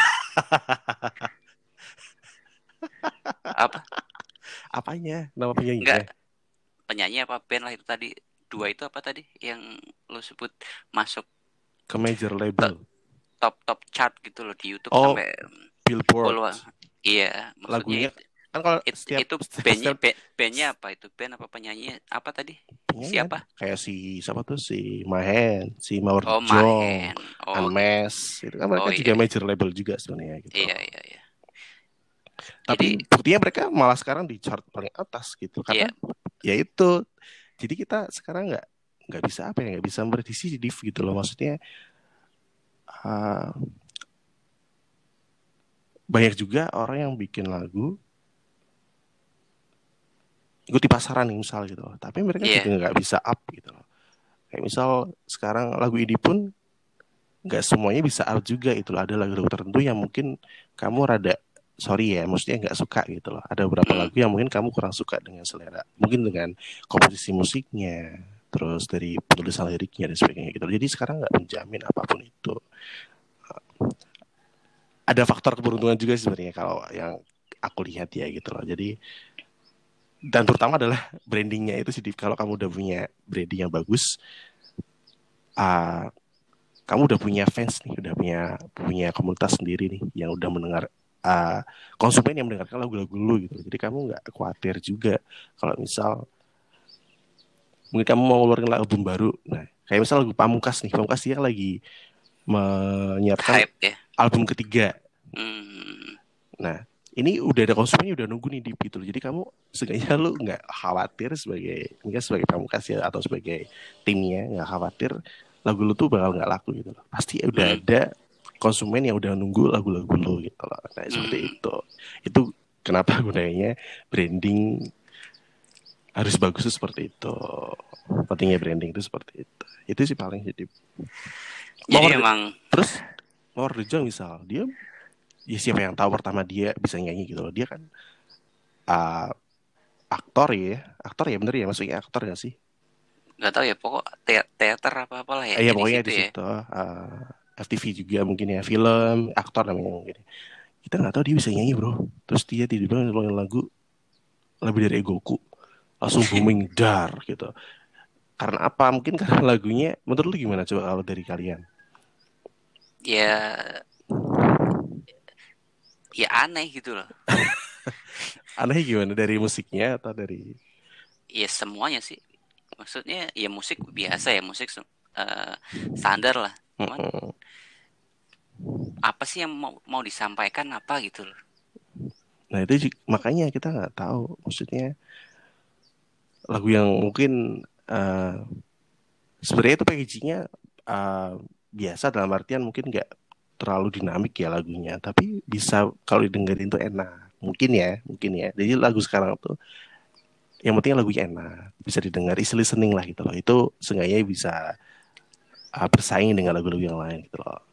Apa?
apanya nama
Enggak,
penyanyinya
penyanyi apa band lah itu tadi. Dua itu apa tadi yang lu sebut masuk
ke major
to-
label
top top chart gitu loh di YouTube
oh
sampai
Billboard
puluhan. Iya, maksudnya
lagunya
itu
kan kalau
it,
setiap
itu
setiap,
bandnya
setiap
band, bandnya apa itu band apa penyanyi apa tadi
penyanyi ada
siapa?
kayak si siapa tuh si Mahen, si Mawar
Oh
Jong,
Mahen, oh gitu.
Unmesh itu kan mereka
Oh
juga
iya iya
major label juga sebenarnya gitu.
iya iya iya.
Tapi
Jadi
buktinya mereka malah sekarang di chart paling atas gitu
iya
karena ya itu. Jadi kita sekarang nggak nggak bisa apa ya nggak bisa memprediksi div gitu loh maksudnya uh, banyak juga orang yang bikin lagu ikuti pasaran nih misal gitu loh. Tapi mereka juga
iya
nggak bisa up gitu loh. Kayak misal sekarang lagu ini pun nggak semuanya bisa out juga itu loh. Ada lagu-lagu tertentu yang mungkin kamu rada sorry ya, maksudnya nggak suka gitu loh. Ada beberapa
mm,
lagu yang mungkin kamu kurang suka dengan selera, mungkin dengan komposisi musiknya, terus dari penulisan liriknya dan sebagainya gitu. Jadi sekarang nggak menjamin apapun itu. Ada faktor keberuntungan juga sebenarnya kalau yang aku lihat ya gitu loh. Jadi dan terutama adalah brandingnya itu sih. Kalau kamu udah punya branding yang bagus, uh, kamu udah punya fans nih, udah punya punya komunitas sendiri nih yang udah mendengar uh, konsumen yang mendengarkan lagu-lagu lu gitu. Jadi kamu nggak khawatir juga kalau misal mungkin kamu mau ngeluarin album baru. Nah, kayak misal lagu Pamungkas nih, Pamungkas dia lagi menyiapkan
hype ya.
album ketiga.
Hmm,
Nah, ini udah ada konsumennya udah nunggu nih di gitu loh. Jadi kamu seenggaknya lu nggak khawatir sebagai mungkin sebagai pamungkas ya atau sebagai timnya nggak khawatir lagu lu tuh bakal nggak laku gitu loh. Pasti udah
Hmm.
ada konsumen yang udah nunggu lagu-lagu lu gitu loh. Nah, seperti
Hmm.
itu. Itu kenapa gunanya branding harus bagus tuh seperti itu. Pentingnya branding itu seperti itu. Itu sih paling jadi
Jadi
Mawar
emang
terus Mawar Rejang misal dia ya siapa yang tahu pertama dia bisa nyanyi gitu loh. Dia kan uh, aktor ya, aktor ya bener ya maksudnya aktor gak sih?
nggak tahu ya, pokok te- teater apa apalah ya
Eh, ya
jadi
pokoknya
situ
di
ya.
situ uh, F T V juga mungkin ya film aktor namanya mungkin. Kita nggak tahu dia bisa nyanyi bro. Terus dia tiba-tiba ngeluarin lagu lebih dari egoku langsung booming dar gitu. Karena apa? Mungkin karena lagunya. Menurut lu gimana coba kalau dari kalian?
Ya, ya aneh gitu loh.
Aneh gimana dari musiknya atau dari?
Ya semuanya sih. Maksudnya ya musik biasa ya, musik eh, standar lah. Cuman
Mm-mm.
apa sih yang mau mau disampaikan apa gitu loh.
Nah itu ju- makanya kita nggak tahu. Maksudnya lagu yang mungkin uh, sebenarnya itu packagingnya uh, biasa dalam artian mungkin nggak terlalu dinamik ya lagunya, tapi bisa kalau didengerin tuh enak. Mungkin ya, mungkin ya. Jadi lagu sekarang tuh yang penting lagunya enak, bisa didengar, easy listening lah gitu loh. Itu seenggaknya bisa uh, bersaing dengan lagu-lagu yang lain gitu loh.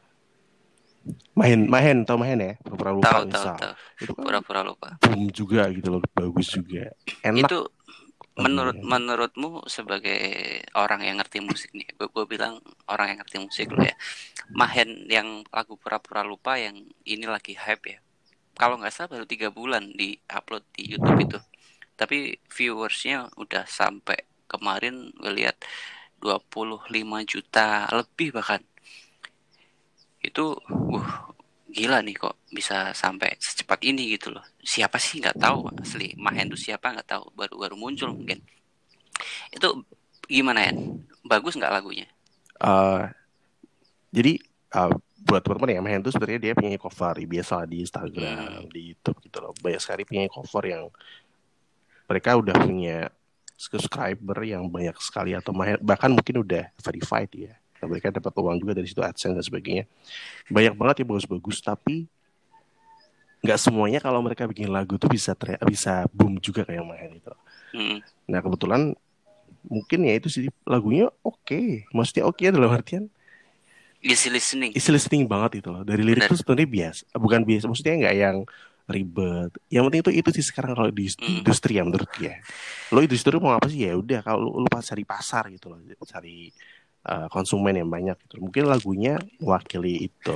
Mahen, Mahen, tau Mahen ya? Pura-pura lupa
Tahu tahu
misal.
tahu.
Itu kan
Pura-pura lupa.
boom juga gitu loh, bagus juga. Enak
Itu menurut
lagunya.
menurutmu sebagai orang yang ngerti musik nih, gue, gue bilang orang yang ngerti musik loh ya. Mahen yang lagu pura-pura lupa yang ini lagi hype ya. Kalau nggak salah baru tiga bulan di upload di YouTube itu. Tapi viewersnya udah sampai kemarin gue lihat dua puluh lima juta lebih bahkan. Itu uh gila nih kok bisa sampai secepat ini gitu loh. Siapa sih nggak tahu asli Mahen itu siapa nggak tahu, baru baru muncul mungkin. Itu gimana ya? Bagus nggak lagunya?
Uh, jadi uh, buat teman-teman yang main tuh sebenarnya dia punya cover biasa di
Hmm.
Instagram, di YouTube gitu loh. Banyak sekali punya cover yang mereka udah punya subscriber yang banyak sekali atau main, bahkan mungkin udah verified ya. Nah, mereka dapat uang juga dari situ AdSense dan sebagainya. Banyak banget yang bagus-bagus tapi nggak semuanya kalau mereka bikin lagu tuh bisa ter- bisa boom juga kayak main itu.
Hmm.
Nah kebetulan mungkin ya itu sih lagunya oke, okay. Maksudnya oke okay dalam artian
Easy listening.
easy listening banget itu loh. Dari lirik tuh
Bener.
sebenarnya biasa, bukan biasa, maksudnya nggak yang ribet. Yang penting itu itu sih sekarang kalau di, di
Hmm.
industri ya menurut dia. Lo industri mau apa sih ya udah kalau lo, lo pas cari pasar gitu loh, cari uh, konsumen yang banyak gitu. Mungkin lagunya mewakili itu.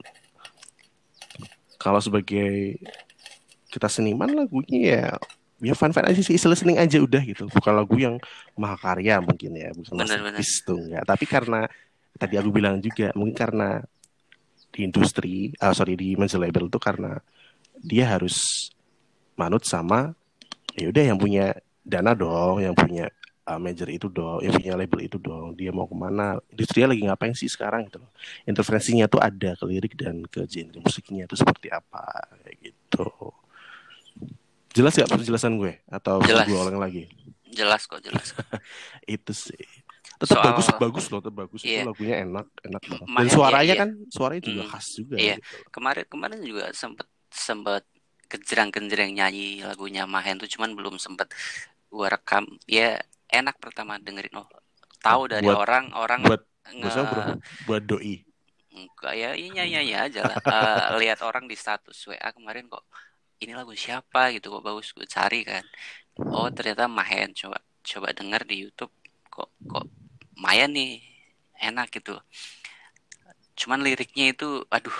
Kalau sebagai kita seniman lagunya ya ya fan-fan aja sih, easy listening aja udah gitu. Bukan lagu yang mahakarya mungkin ya, bukan
Bener-bener.
masterpiece tuh enggak. Tapi karena tadi aku bilang juga mungkin karena di industri, uh, sorry di major label itu karena dia harus manut sama ya udah yang punya dana dong, yang punya uh, manajer itu dong, yang punya label itu dong. Dia mau kemana? Industrinya lagi ngapain sih sekarang gitu loh. Intervensinya tuh ada ke lirik dan ke genre musiknya itu seperti apa kayak gitu. Jelas gak penjelasan gue? Atau perlu gue
Jelas.
ulang lagi?
Jelas kok, jelas kok.
Itu sih. Tetap bagus,
Soal
bagus loh, tetap bagus itu
iya,
lagunya enak, enak banget. Dan
Mahen ya
suaranya
iya.
kan, suaranya juga
Hmm.
khas juga
Iya.
gitu loh.
Kemarin kemarin juga sempet sempet kejrang-kejreng nyanyi lagunya Mahen tuh, cuman belum sempet gua rekam. Ya enak pertama dengerin, oh
Oh,
tahu dari
buat
orang orang
buat buat
nge
siapa bro? Buat doi.
enggak ya, iya nyanyi nyanyi aja lah. Eh, lihat orang di status W A kemarin kok ini lagu siapa gitu, kok bagus, gue cari kan. Oh ternyata Mahen, coba coba denger di YouTube, kok kok lumayan nih, enak gitu. Cuman liriknya itu aduh,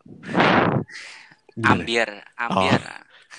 Gimana?
ambiar
Oh,
ambiar.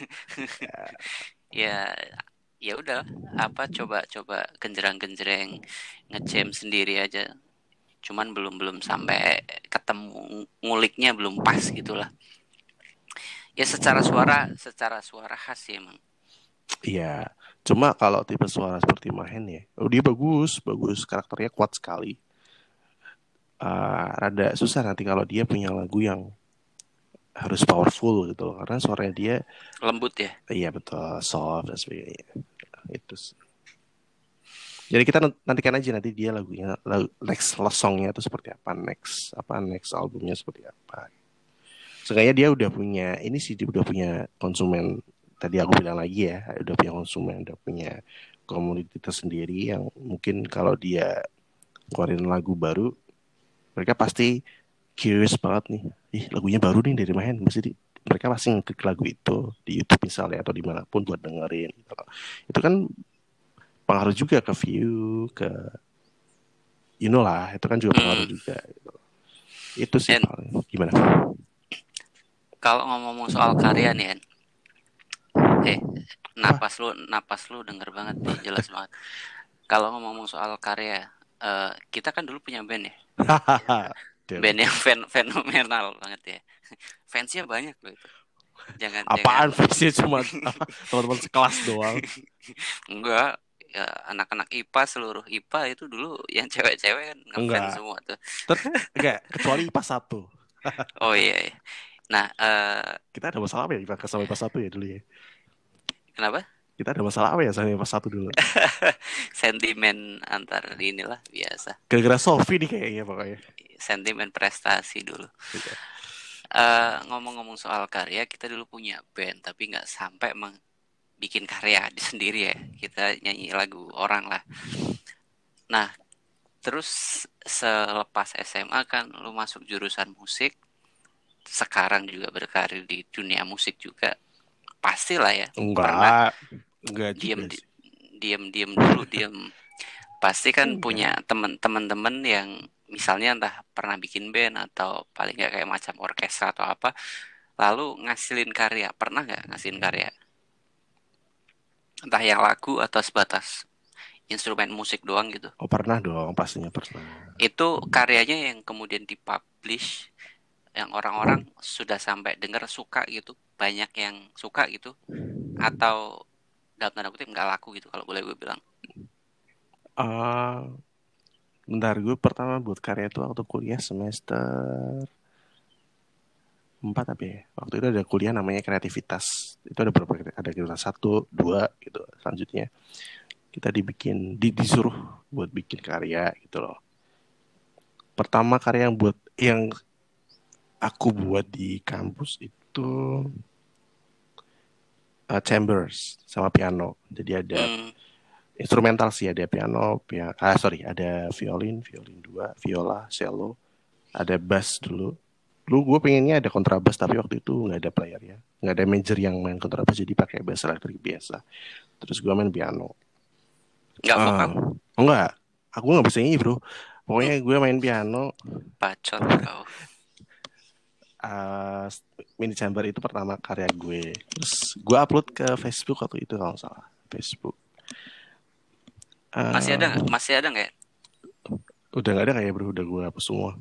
Ya, ya udah, apa, coba coba genjreng-genjreng ngejam sendiri aja. Cuman belum belum sampai ketemu nguliknya, belum pas gitulah. Ya secara suara, secara suara khas sih emang.
iya. Cuma kalau tipe suara seperti Mahen ya, oh dia bagus, bagus. Karakternya kuat sekali. Uh, rada susah nanti kalau dia punya lagu yang harus powerful gitu loh, karena suaranya dia
Lembut ya.
iya betul soft dan sebagainya. Itu sih. Jadi kita nantikan aja nanti dia lagunya lagu, next songnya itu seperti apa, next apa next albumnya seperti apa. Seenggaknya dia udah punya ini sih, dia udah punya konsumen. Tadi aku bilang lagi ya, udah punya konsumen, udah punya komunitas sendiri yang mungkin kalau dia keluarin lagu baru, mereka pasti curious banget nih. Ih, lagunya baru nih dari mana? Pasti di, mereka pasti ngeklik lagu itu di YouTube misalnya atau dimanapun buat dengerin. Gitu. Itu kan pengaruh juga ke view, ke you know lah, itu kan juga pengaruh
Hmm.
juga. Gitu. Itu sih
And
paling. Gimana?
kalau ngomong soal karya nih, En. Eh,
Apa?
napas lu, napas lu denger banget nih, jelas banget. Kalau ngomong soal karya, eh, kita kan dulu punya band ya,
Damn
band
it.
yang fen fenomenal banget ya. Fansnya banyak loh itu. Jangan jangan
Apaan visi cuma apa, teman-teman sekelas doang.
enggak, ya anak-anak I P A, seluruh I P A itu dulu yang cewek-cewek kan ngefans
Enggak.
semua tuh.
Ter enggak, kecuali I P A satu.
Oh iya, iya. Nah, eh,
Kita ada masalah apa ya I P A sama I P A satu ya dulu ya?
kenapa?
Kita ada masalah apa ya sama I P A satu dulu?
Sentimen antar inilah biasa.
Gara-gara Sofi nih kayaknya pokoknya.
Sentimen prestasi dulu.
Iya.
Eh, ngomong-ngomong soal karya, kita dulu punya band, tapi nggak sampai emang bikin karya di sendiri ya. Kita nyanyi lagu orang lah. Nah, terus selepas S M A kan lu masuk jurusan musik, sekarang juga berkarir di dunia musik juga. Pastilah ya, pernah
Enggak. Enggak juga
diem
sih.
diem diem dulu diem. Pasti kan
Enggak.
punya temen-temen yang misalnya entah pernah bikin band atau paling nggak kayak macam orkestra atau apa, lalu ngasilin karya. Pernah nggak ngasilin karya? Entah yang lagu atau sebatas instrumen musik doang gitu.
Oh pernah dong, pastinya pernah.
Itu karyanya yang kemudian dipublish, yang orang-orang sudah sampai dengar suka gitu, banyak yang suka gitu, atau dalam tanda kutip nggak laku gitu kalau boleh gue bilang.
Ah, bentar, gue pertama buat karya itu waktu kuliah semester empat apa ya? Waktu itu ada kuliah namanya kreativitas. Itu ada beberapa, ada kreativitas satu, dua gitu. Selanjutnya kita dibikin, di, disuruh buat bikin karya gitu loh. Pertama karya yang buat yang aku buat di kampus itu uh, chambers sama piano. Jadi ada
Hmm,
instrumental sih, ada piano, piano, ah sorry, ada violin, violin dua, viola, cello, ada bass dulu. Dulu gue pengennya ada kontrabas tapi waktu itu nggak ada player ya, nggak ada major yang main kontrabas jadi pakai bass elektrik biasa. Terus gue main piano.
nggak
Ah,
vokal.
oh enggak, aku nggak bisa nyanyi bro.
Hmm,
Pokoknya gue main piano.
bacot kau.
uh, Mini Chamber itu pertama karya gue. Terus gue upload ke Facebook waktu itu kalau nggak salah. Facebook.
Masih ada nggak?
Uh,
Masih ada nggak? Ya?
Udah nggak ada kayak bro, udah gue hapus semua.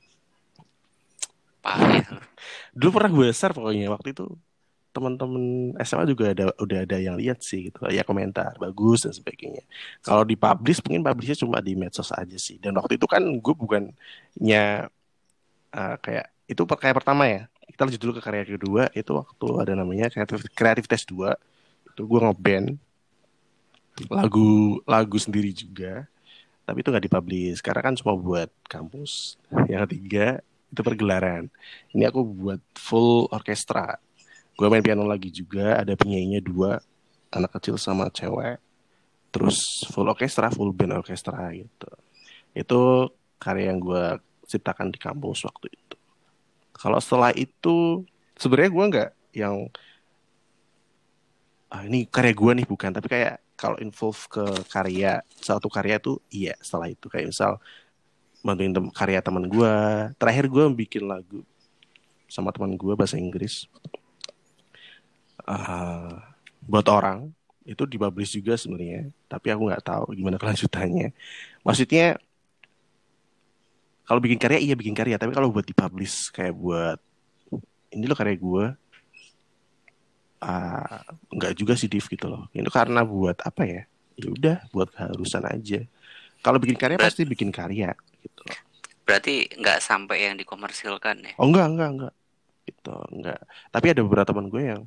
Payah loh.
Dulu pernah gue share pokoknya waktu itu, teman-teman S M A juga ada, udah ada yang lihat sih gitu ya, komentar bagus dan sebagainya. Kalau dipublish mungkin publishnya cuma di medsos aja sih. Dan waktu itu kan gue bukannya uh, kayak itu per- kayak pertama ya. Kita lanjut dulu ke karya kedua, itu waktu ada namanya kreatif kreatif tes dua. Itu gue ngeband lagu lagu sendiri juga, tapi itu nggak dipublish karena kan cuma buat kampus. Yang ketiga itu pergelaran, ini aku buat full orkestra. Gue main piano lagi juga, ada penyanyinya dua, anak kecil sama cewek, terus full orkestra, full band orkestra gitu. Itu karya yang gue ciptakan di kampus waktu itu. Kalau setelah itu sebenarnya gue nggak yang ah, ini karya gue nih, bukan, tapi kayak kalau involve ke karya satu karya tuh iya setelah itu kayak misal bantuin tem- karya teman gue. Terakhir gue bikin lagu sama teman gue bahasa Inggris, uh, buat orang, itu dipublish juga sebenarnya, tapi aku nggak tahu gimana kelanjutannya. Maksudnya kalau bikin karya iya bikin karya, tapi kalau buat dipublish kayak buat ini loh karya gue, uh, nggak juga sih Div gitu loh. Itu karena buat apa ya? Ya udah buat keharusan aja. Kalau bikin karya
Berat,
pasti bikin karya gitu.
berarti nggak sampai yang dikomersilkan ya?
Oh enggak enggak enggak. gitu. Enggak. Tapi ada beberapa teman gue yang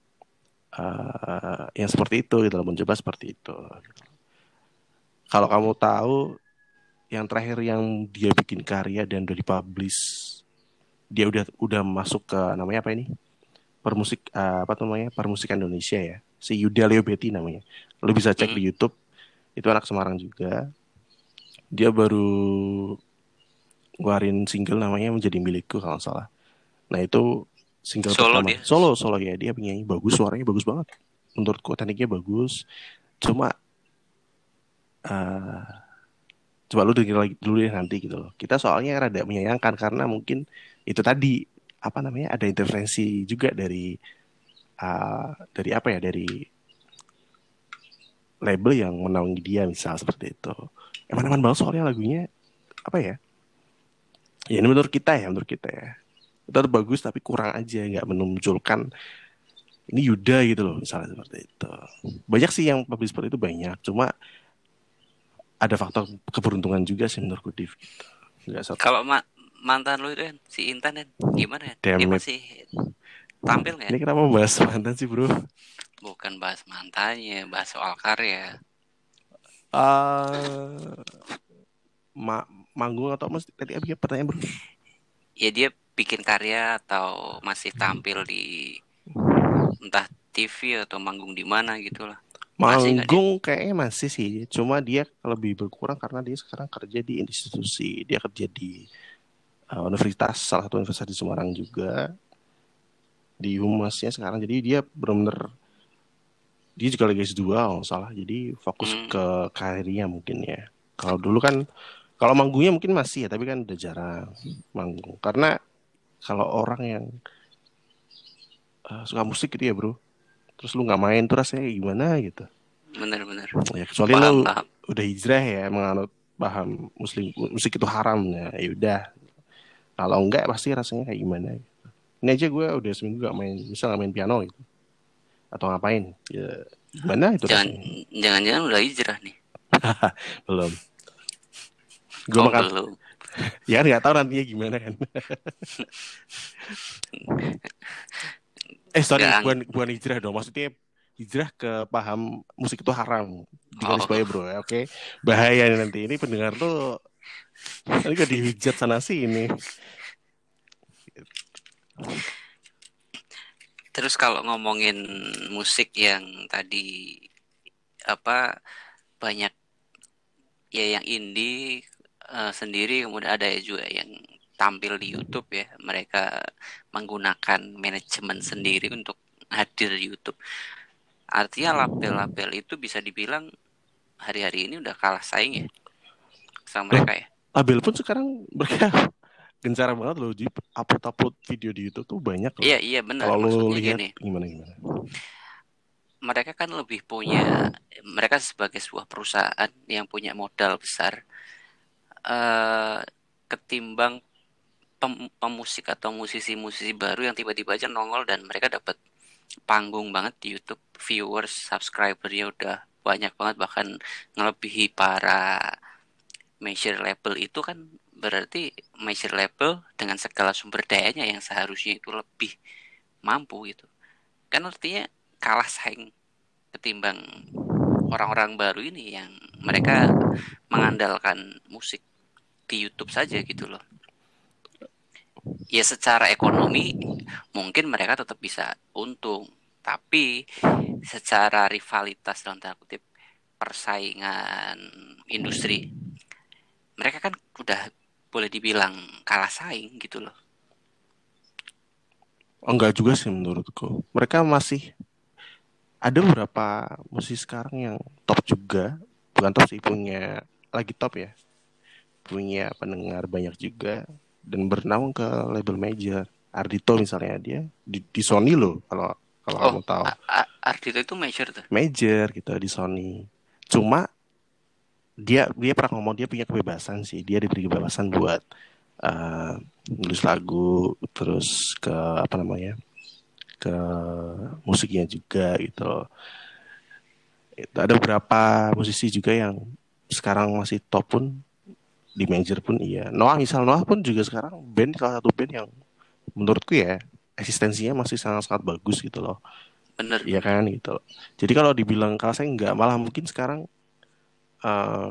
uh, yang seperti itu gitu, mencoba seperti itu. Kalau kamu tahu yang terakhir yang dia bikin karya dan udah dipublish, dia udah udah masuk ke namanya apa ini? Permusik uh, apa namanya? Permusikan Indonesia ya. Si Yuda Leo Betty namanya. Lu bisa cek
Hmm.
di YouTube. Itu anak Semarang juga. Dia baru ngeluarin single namanya Menjadi Milikku kalau nggak salah. Nah itu single
Solo
pertama.
dia.
Solo, solo ya. Dia penyanyi bagus, suaranya bagus banget. Menurutku tekniknya bagus. Cuma uh, coba lu dengerin lagi dulu ya nanti gitu loh. Kita soalnya rada menyayangkan karena mungkin itu tadi apa namanya ada intervensi juga dari uh, dari apa ya dari label yang menaungi dia misal seperti itu. Eman-eman banget soalnya lagunya apa ya? Ya ini menurut kita ya, menurut kita ya. Itu bagus tapi kurang aja, nggak menunjukkan ini Yuda gitu loh misalnya seperti itu. Banyak sih yang publish seperti itu banyak, cuma ada faktor keberuntungan juga sih menurutku Div gitu. Nggak satu.
Kalau ma- mantan lu itu kan si Intan kan gimana ya? Dia
Damn it.
masih tampil nggak?
Ini kenapa bahas mantan sih bro?
Bukan bahas mantannya, bahas soal karya.
Uh, ma- manggung atau mas tadi apa ya pertanyaan bro?
Ya dia bikin karya atau masih tampil di entah T V atau manggung di mana gitu lah. Masih nggak dia?
Manggung kayaknya masih sih, cuma dia lebih berkurang karena dia sekarang kerja di institusi. Dia kerja di uh, universitas, salah satu universitas di Semarang juga, di humasnya sekarang. Jadi dia benar-benar dia juga lagi S dua kalau nggak salah. Jadi fokus
Hmm,
ke karirnya mungkin ya. Kalau dulu kan kalau manggungnya mungkin masih ya, tapi kan udah jarang manggung. Karena kalau orang yang uh, suka musik gitu ya bro, terus lu nggak main tuh rasanya kayak gimana gitu.
bener-bener.
Ya kecuali
Paham,
lu
paham.
udah hijrah ya menganut paham muslim musik itu haram ya, ya udah. Kalau enggak pasti rasanya kayak gimana. Ini aja gue udah seminggu gak main, misal gak main piano gitu atau ngapain, ya gimana itu
Jangan,
rasanya.
jangan-jangan udah hijrah nih.
Belum. Gue
Oh
makan,
belum.
ya kan nggak tahu nantinya gimana kan. Eh sorry,
Nggak.
bukan bukan hijrah dong, maksudnya hijrah ke paham musik itu haram di garis bawah
Oh,
bro ya, oke. Bahaya nih nanti ini pendengar tuh nanti gak dihujat sana sini.
terus kalau ngomongin musik yang tadi apa banyak ya yang indie eh, sendiri kemudian ada juga yang tampil di YouTube ya mereka menggunakan manajemen sendiri untuk hadir di YouTube artinya label-label itu bisa dibilang hari-hari ini udah kalah saing ya sama
Loh,
mereka ya.
label pun sekarang mereka gencar banget loh di upload-upload video di YouTube tuh banyak loh.
Iya iya benar
Kalau lo
maksudnya
lihat
gini
gimana gimana.
mereka kan lebih punya mereka sebagai sebuah perusahaan yang punya modal besar eh, ketimbang pem- pemusik atau musisi-musisi baru yang tiba-tiba aja nongol dan mereka dapat panggung banget di YouTube viewers subscribernya udah banyak banget bahkan ngelebihi para major label itu kan berarti major label dengan segala sumber dayanya yang seharusnya itu lebih mampu gitu kan artinya kalah saing ketimbang orang-orang baru ini yang mereka mengandalkan musik di YouTube saja gitu loh. Ya secara ekonomi mungkin mereka tetap bisa untung, tapi secara rivalitas dalam tanda kutip persaingan industri, mereka kan udah boleh dibilang kalah saing gitu loh.
Enggak juga sih menurutku. Mereka masih ada beberapa musisi sekarang yang top juga. Bukan top sih, punya lagi top ya. Punya pendengar banyak juga dan bernaung ke label major. Ardito misalnya dia di, di Sony loh kalau kalau
Oh,
kamu tahu.
Ardito itu major tuh.
Major gitu di Sony. Cuma dia dia pernah ngomong dia punya kebebasan sih. Dia diberi kebebasan buat uh, nulis lagu terus ke apa namanya? Ke musiknya juga gitu loh. Itu ada beberapa musisi juga yang sekarang masih top pun di major pun iya. Noah misal Noah pun juga sekarang band salah satu band yang menurutku ya eksistensinya masih sangat-sangat bagus gitu loh.
Bener
Iya
bener.
kan gitu. Jadi kalau dibilang kalau saya nggak, malah mungkin sekarang uh,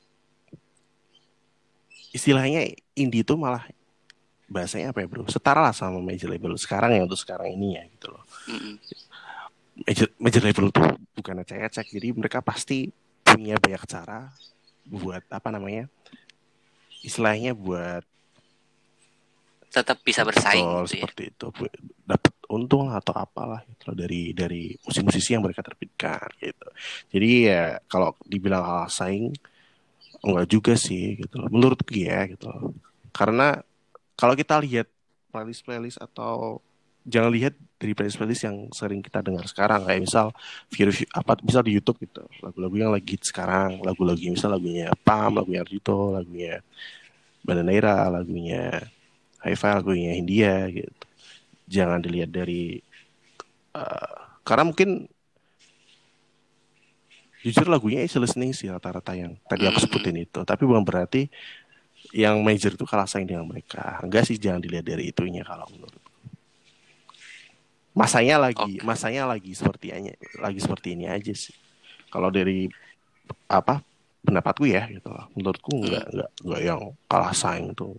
istilahnya indie itu malah bahasanya apa ya bro? Setara lah sama major label sekarang ya, untuk sekarang ini ya gitu loh.
Mm-mm.
Major, major label tuh bukan ecek-ecek, jadi mereka pasti punya banyak cara buat apa namanya, istilahnya buat
Tetap bisa bersaing
betul
gitu ya.
seperti itu, dapat untung atau apalah gitu loh, dari dari musisi-musisi yang mereka terbitkan gitu. Jadi ya kalau dibilang kalah saing, enggak juga sih gitu loh menurut gue ya gitu loh. Karena kalau kita lihat playlist-playlist, atau jangan lihat dari playlist-playlist yang sering kita dengar sekarang, kayak misal view, view apa misal di YouTube gitu, lagu-lagu yang lagi hit sekarang, lagu-lagu misal lagunya Pam, lagunya Ardhito, lagunya Bandanera, lagunya Hi-Fi, lagunya Hindia gitu. Jangan dilihat dari uh, karena mungkin jujur lagunya easy listening sih rata-rata yang tadi aku
Mm-mm.
sebutin itu, tapi bukan berarti yang major itu kalah saing dengan mereka. Enggak sih, jangan dilihat dari itunya kalau menurut. Masanya lagi,
Oke.
masanya lagi seperti ini, lagi seperti ini aja sih. Kalau dari apa pendapatku ya gitu lah. Menurutku enggak
Mm.
enggak enggak yang kalah saing tuh.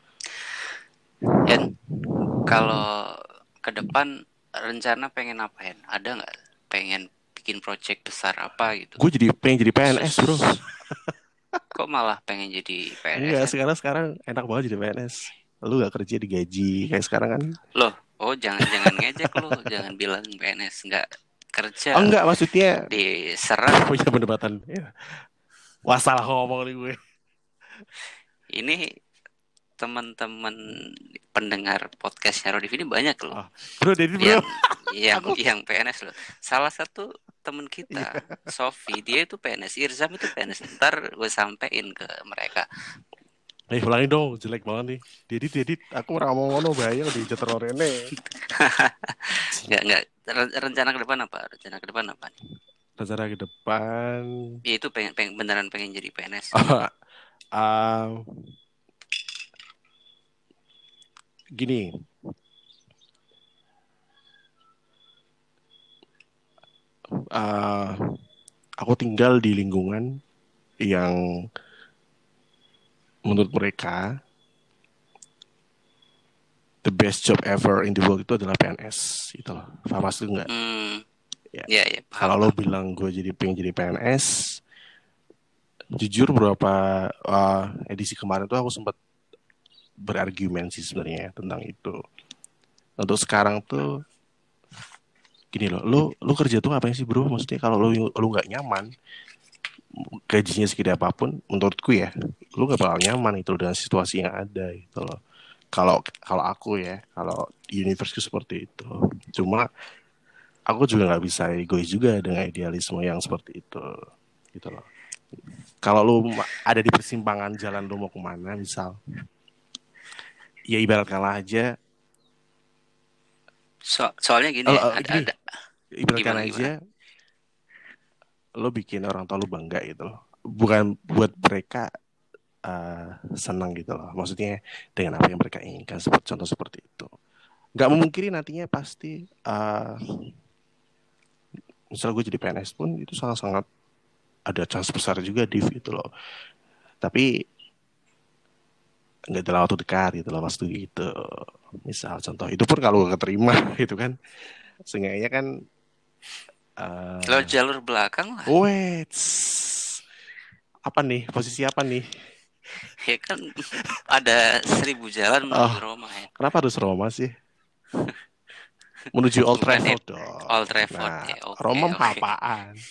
Yan, kalau ke depan rencana pengen apain? Ada nggak pengen bikin project besar apa gitu?
Gue jadi pengen jadi P N S bro.
Khusus kok malah pengen jadi P N S
Enggak,
kan?
sekarang sekarang enak banget jadi P N S. Lu gak kerja digaji kayak sekarang kan?
Loh, oh jangan jangan ngejek lo, jangan bilang P N S nggak
Oh,
kerja,
enggak, maksudnya
diserang.
punya pendapatan. Ya. Wah, salah ngomong nih gue.
Ini teman-teman pendengar podcastnya Rodif ini banyak loh
Ah, bro, Dedi bro.
yang yang
Aku
yang P N S loh. Salah satu teman
iya.
kita, Sofi, dia itu P N S, Irzam itu P N S. Ntar gue sampein ke mereka.
Eh, ulangi dong, jelek banget nih. Dedi, Dedi, aku ora ngomong ngono bahaya di jatuh rene.
nggak nggak rencana ke depan apa? Rencana ke depan apa nih?
Rencana ke depan.
Ya itu pengen, pengen beneran pengen jadi P N S.
Ah, gini, ah, aku tinggal di lingkungan yang menurut mereka the best job ever in the world itu adalah P N S gitu loh. Paham maksud enggak?
Hmm,
Ya.
ya ya paham
Kalau lo
paham.
bilang gue jadi pengen jadi P N S, jujur beberapa uh, edisi kemarin tuh aku sempat berargumen sih sebenarnya tentang itu. Untuk sekarang tuh gini loh, lo lo kerja tuh ngapain sih bro? Maksudnya kalau lo lo nggak nyaman, gajinya segede apapun, menurutku ya, lo nggak bakal nyaman itu dengan situasi yang ada gitu loh. Kalau kalau aku ya, kalau di universeku seperti itu. Cuma aku juga nggak bisa egois juga dengan idealisme yang seperti itu gitu loh. Kalau lu ada di persimpangan jalan lu mau kemana misal, ya ibarat kalah aja,
So, soalnya gini ya,
uh,
ada
gini,
ada
ibaratkan
gimana gimana?
aja lo bikin orang tua lu bangga gitu loh, bukan buat mereka uh, senang gitu loh, maksudnya dengan apa yang mereka inginkan, seperti contoh seperti itu. Nggak memungkiri nantinya pasti uh, misal gue jadi P N S pun itu sangat-sangat ada chance besar juga div gitu loh, tapi nggak dalam waktu dekat gitu loh maksud gitu. Misal contoh itu pun kalau keterima gitu kan, seenggaknya kan
Kalau
uh,
jalur belakang lah,
wait, apa nih posisi apa nih?
ya kan ada seribu jalan
Oh,
menuju Roma ya.
kenapa harus Roma sih? Menuju Old
Bukan ya,
Trafford
Old
dong.
Trafford
Nah,
ya. Oke
Roma mah
oke.
apaan?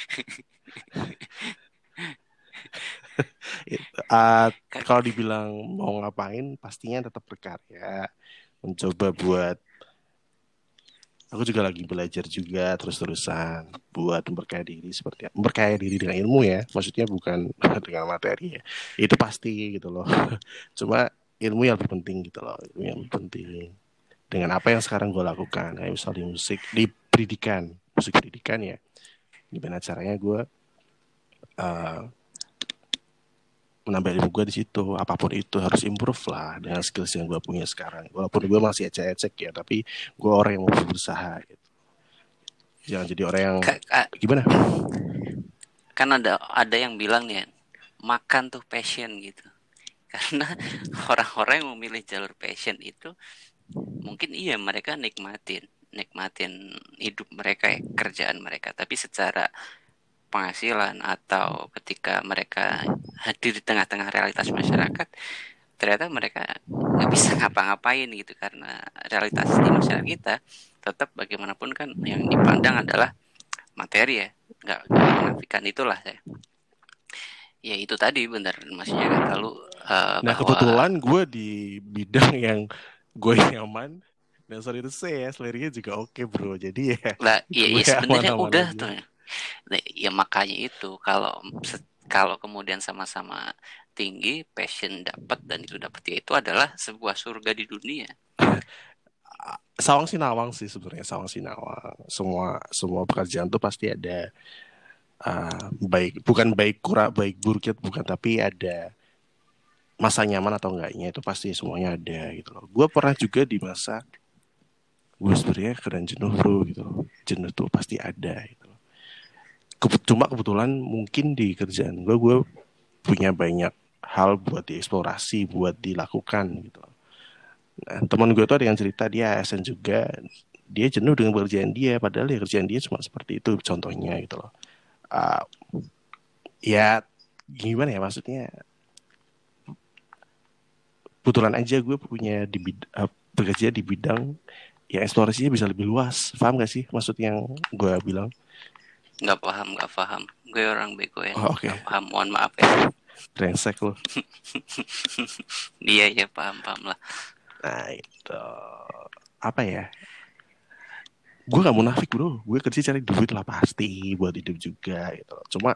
Itu, uh,
Kan
kalau dibilang mau ngapain, pastinya tetap berkarya, mencoba buat. Aku juga lagi belajar juga terus-terusan buat memperkaya diri, seperti memperkaya diri dengan ilmu ya, maksudnya bukan dengan materi ya. Itu pasti gitu loh. Cuma ilmu yang lebih penting gitu loh, ilmu yang lebih penting. Dengan apa yang sekarang gue lakukan, kayak misal di musik, di pendidikan, musik pendidikan ya. Gimana caranya gue uh, menambah ilmu gue di situ. Apapun itu harus improve lah dengan skills yang gue punya sekarang. Walaupun gue masih ecek-ecek ya, tapi gue orang yang mau berusaha gitu. Jangan jadi orang yang
Ka- ka-
gimana?
kan ada ada yang bilang nih, makan tuh passion gitu. Karena orang-orang yang memilih jalur passion itu mungkin iya mereka nikmatin nikmatin hidup mereka ya, kerjaan mereka, tapi secara penghasilan atau ketika mereka hadir di tengah-tengah realitas masyarakat, ternyata mereka nggak bisa ngapa-ngapain gitu, karena realitas di masyarakat kita tetap bagaimanapun kan yang dipandang adalah materi ya, nggak nggak menafikan itulah saya. Ya itu tadi benar maksudnya kan, lalu uh,
Nah
bahwa
kebetulan gue di bidang yang gue nyaman. Dan sorry itu saya selerinya juga oke bro. Jadi ya
lah ya,
gue
ya sebenarnya
aman-aman
udah
aja.
tuh. Nah, ya makanya itu kalau kalau kemudian sama-sama tinggi, passion dapat dan itu dapat, ya itu adalah sebuah surga di dunia.
Sawang sinawang sih sebenarnya, sawang sinawang. Semua semua pekerjaan tuh pasti ada uh, baik, bukan baik kurang baik buruknya bukan, tapi ada masa nyaman atau enggaknya, itu pasti semuanya ada gitu loh. Gue pernah juga di masa gue sebenarnya kadang jenuh bro gitu loh. Jenuh tuh pasti ada gitu loh. Cuma kebetulan mungkin di kerjaan gue gue punya banyak hal buat dieksplorasi, buat dilakukan gitu loh. Nah, teman gue tuh ada yang cerita dia A S N juga, dia jenuh dengan pekerjaan dia, padahal ya kerjaan dia cuma seperti itu contohnya gitu loh. Uh, ya gimana ya maksudnya, kebetulan aja gue punya di bid- uh, bekerja di bidang yang eksplorasinya bisa lebih luas. Paham gak sih maksud yang gue bilang?
Nggak paham, nggak paham. Gue orang bego yang
Oh, oke,
nggak
okay.
paham. Mohon maaf ya.
Brengsek lo.
Iya ya, paham paham lah.
Nah itu apa ya? Gue gak munafik bro. Gue kerja cari duit lah pasti buat hidup juga gitu. Cuma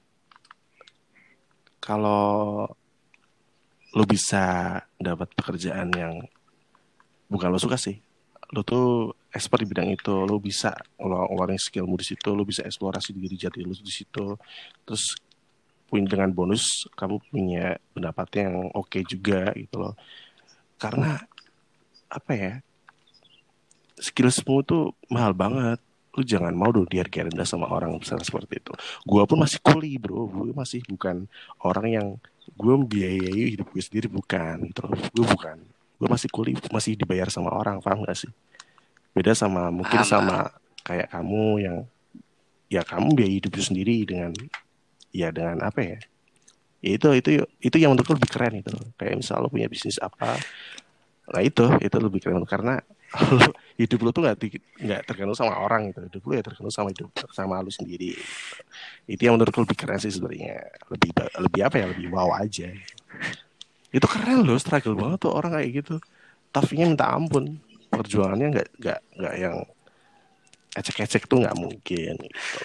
kalau lo bisa dapat pekerjaan yang bukan lo suka sih, lo tuh expert di bidang itu, lo bisa ngeluarin skillmu di situ, lo bisa eksplorasi diri jati lo di situ, terus punya dengan bonus kamu punya pendapat yang oke okay juga gitu loh. Karena apa ya, skillsmu tuh mahal banget. Lu jangan mau dong dihargai rendah sama orang besar seperti itu. Gue pun masih kuli bro, gue masih bukan orang yang gue membiayai hidup gue sendiri, bukan gitu loh. Gue bukan, gue masih kuli, masih dibayar sama orang, paham gak sih? Beda sama mungkin
Paham paham.
sama kayak kamu yang ya kamu biaya hidup sendiri dengan ya dengan apa ya? Ya itu itu itu yang menurutku lebih keren itu. Kayak misal lo punya bisnis apa, nah itu itu lebih keren karena lo, hidup lo tuh nggak nggak tergantung sama orang gitu. Hidup lo ya tergantung sama hidup sama lo sendiri. Itu yang menurutku lebih keren sih sebenarnya. Lebih lebih apa ya? Lebih wow aja. Itu keren loh, struggle banget tuh orang kayak gitu. Tafinya minta ampun. Perjuangannya nggak nggak nggak yang ecek-ecek tuh nggak mungkin gitu.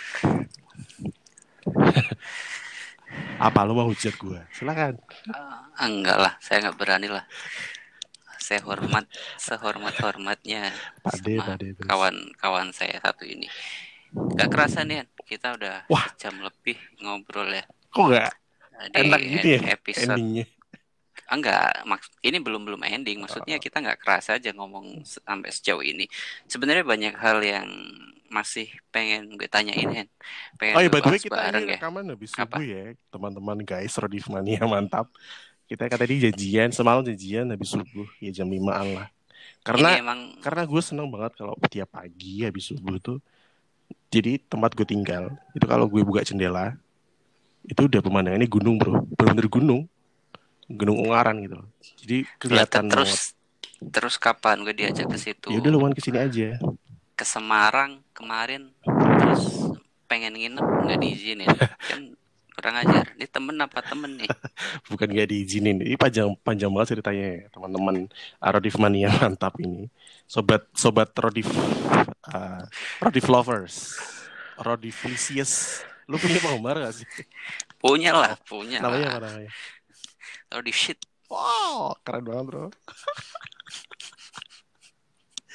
Apa lo mau hujat gue? Silakan.
Uh, enggak lah, saya nggak berani lah. Saya hormat sehormat-hormatnya
Pade,
sama
pade terus.
kawan-kawan saya satu ini. Gak kerasa nih, kita udah
Wah,
sejam lebih ngobrol ya.
kok nggak
Di
enak gitu ya
episode
endingnya?
enggak, maks ini belum belum ending. Maksudnya kita nggak kerasa aja ngomong sampai sejauh ini. Sebenarnya banyak hal yang masih pengen gue tanyain, Hen.
Oh
Pengen
ya,
gue
by the way
bahas
kita ini
bareng ya.
rekaman habis subuh
Apa?
ya, teman-teman guys, Rodiff Mania mantap. Kita kan tadi janjian, semalam janjian habis subuh, ya jam limaan lah. Karena
Ini emang
karena gue seneng banget kalau tiap pagi habis subuh tuh. Jadi tempat gue tinggal, itu kalau gue buka jendela, itu udah pemandangannya gunung bro, bener-bener gunung. Gunung Ungaran gitu loh. Jadi
lah,
kelihatan banget.
terus terus kapan gue diajak ke situ?
Ya udah lumayan kesini aja.
Ke Semarang kemarin, terus pengen nginep nggak diizinin. Kan kurang ajar. Ini temen apa temen nih?
Bukan gak diizinin. Ini panjang panjang banget ceritanya ya, teman-teman Rodiff Mania mantap ini. Sobat sobat Rodiff uh, Rodiff lovers. Rodiflicious. Lu punya penggemar gak sih?
Punya lah, punya
Namanya
lah.
apa namanya?
Kalau di shit.
Wow, keren banget bro.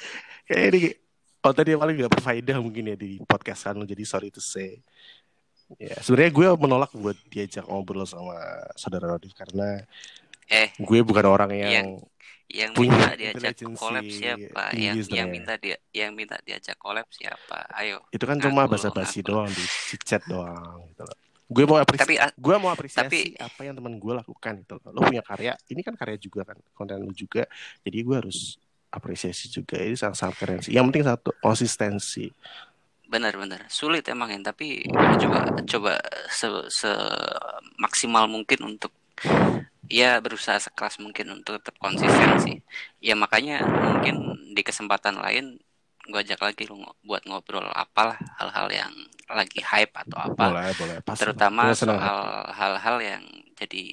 Kayak ini konten yang paling gak berfaedah mungkin ya di podcast kan, jadi sorry to say. Ya, sebenarnya gue menolak buat diajak ngobrol sama saudara Rodif karena
Eh,
gue bukan orang yang
yang yang
punya
minta diajak
intelijensi
collab siapa?
tinggi
Yang yang
sebenarnya.
minta dia yang minta diajak collab siapa? Ayo,
Itu kan cuma
ngaku lo,
basa-basi
ngaku lo.
doang di di chat doang gitu loh. Gue mau apresi
Tapi ah,
gue mau
tapi
apresiasi apa yang teman gue lakukan gitu loh. Lo punya karya, ini kan karya juga kan, konten lu juga. Jadi gue harus apresiasi juga. Ini sangat-sangat keren sih. Yang penting satu, konsistensi.
benar-benar sulit emang ya. Tapi lu juga coba se, se maksimal mungkin untuk ya berusaha sekeras mungkin untuk tetap konsisten sih. Ya makanya mungkin di kesempatan lain gue ajak lagi lu ngo- buat ngobrol apalah hal-hal yang lagi hype atau apa,
Boleh, boleh. Pasti lah.
terutama
Dengan senang
soal
hati.
hal-hal yang jadi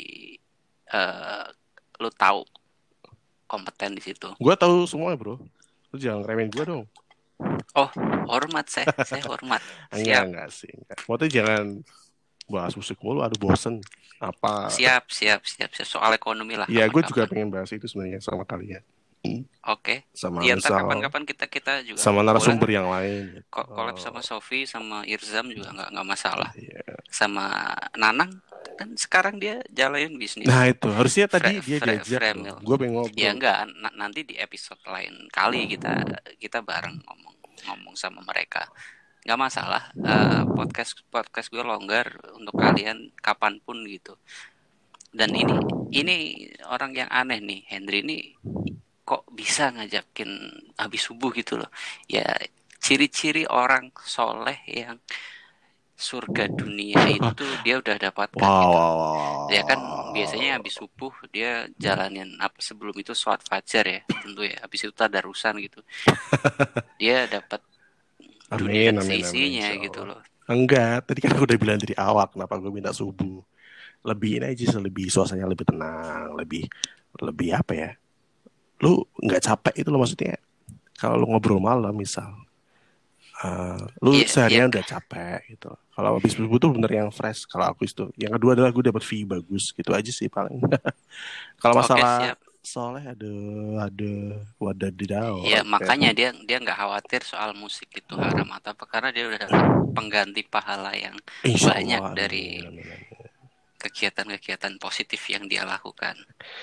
eh lu tahu kompeten di situ.
Gue tahu semua bro. Lu jangan remehin gue dong.
Oh, hormat saya, saya hormat.
Enggak,
Siap,
enggak sih. Enggak. Maksudnya jangan bahas musik mulu, aduh bosen. Apa?
siap, siap, siap, siap. Soal ekonomi lah
Ya, gue juga
kapan-kapan.
pengen bahas itu sebenarnya sama kalian. Hmm.
Oke.
Sama
Ya ntar
misal,
kapan-kapan kita kita juga
sama
boleh
narasumber
lah.
yang lain. Gitu.
Ko- collab
Oh,
sama Sofi sama Irzam juga nggak nggak masalah.
iya.
Sama Nanang kan sekarang dia jalanin
Nah
bisnis
itu, harusnya tadi
fre,
dia
fre,
diajak
Fremil.
dong. Gue pengen
Ya
ngobrol.
enggak, n- nanti di episode lain kali kita kita bareng ngomong ngomong sama mereka. Nggak masalah. Eh, podcast podcast gue longgar untuk kalian kapanpun gitu. Dan ini ini orang yang aneh nih, Hendry ini kok bisa ngajakin habis subuh gitu loh. Ya ciri-ciri orang soleh yang surga dunia itu dia udah dapatkan
Wow,
gitu.
wow,
Ya kan biasanya
wow.
habis subuh dia jalanin apa sebelum itu sholat fajar ya tentu ya. Habis itu tadarusan gitu. Dia dapat dunia
Amin,
dan
amin, amin,
seisinya
insya
gitu
Allah.
loh.
Enggak, tadi kan aku udah bilang dari awal kenapa gue minta subuh. Lebih ini aja sih, lebih suasananya lebih tenang, lebih lebih apa ya? Lu nggak capek itu loh maksudnya. Kalau lu ngobrol malam misal, uh, lu
Iya, iya.
seharian udah capek gitu. Kalau habis subuh tuh bener yang fresh. Kalau aku itu, yang kedua adalah gue dapat fee bagus gitu aja sih paling. Kalau
Oke,
masalah
siap.
soleh ada ada wadadidau.
Ya
Oke.
makanya dia dia nggak khawatir soal musik itu haram atau apa karena dia udah dapat pengganti pahala yang
Insya
banyak
Allah,
dari
amin, amin, amin.
kegiatan-kegiatan positif yang dia lakukan.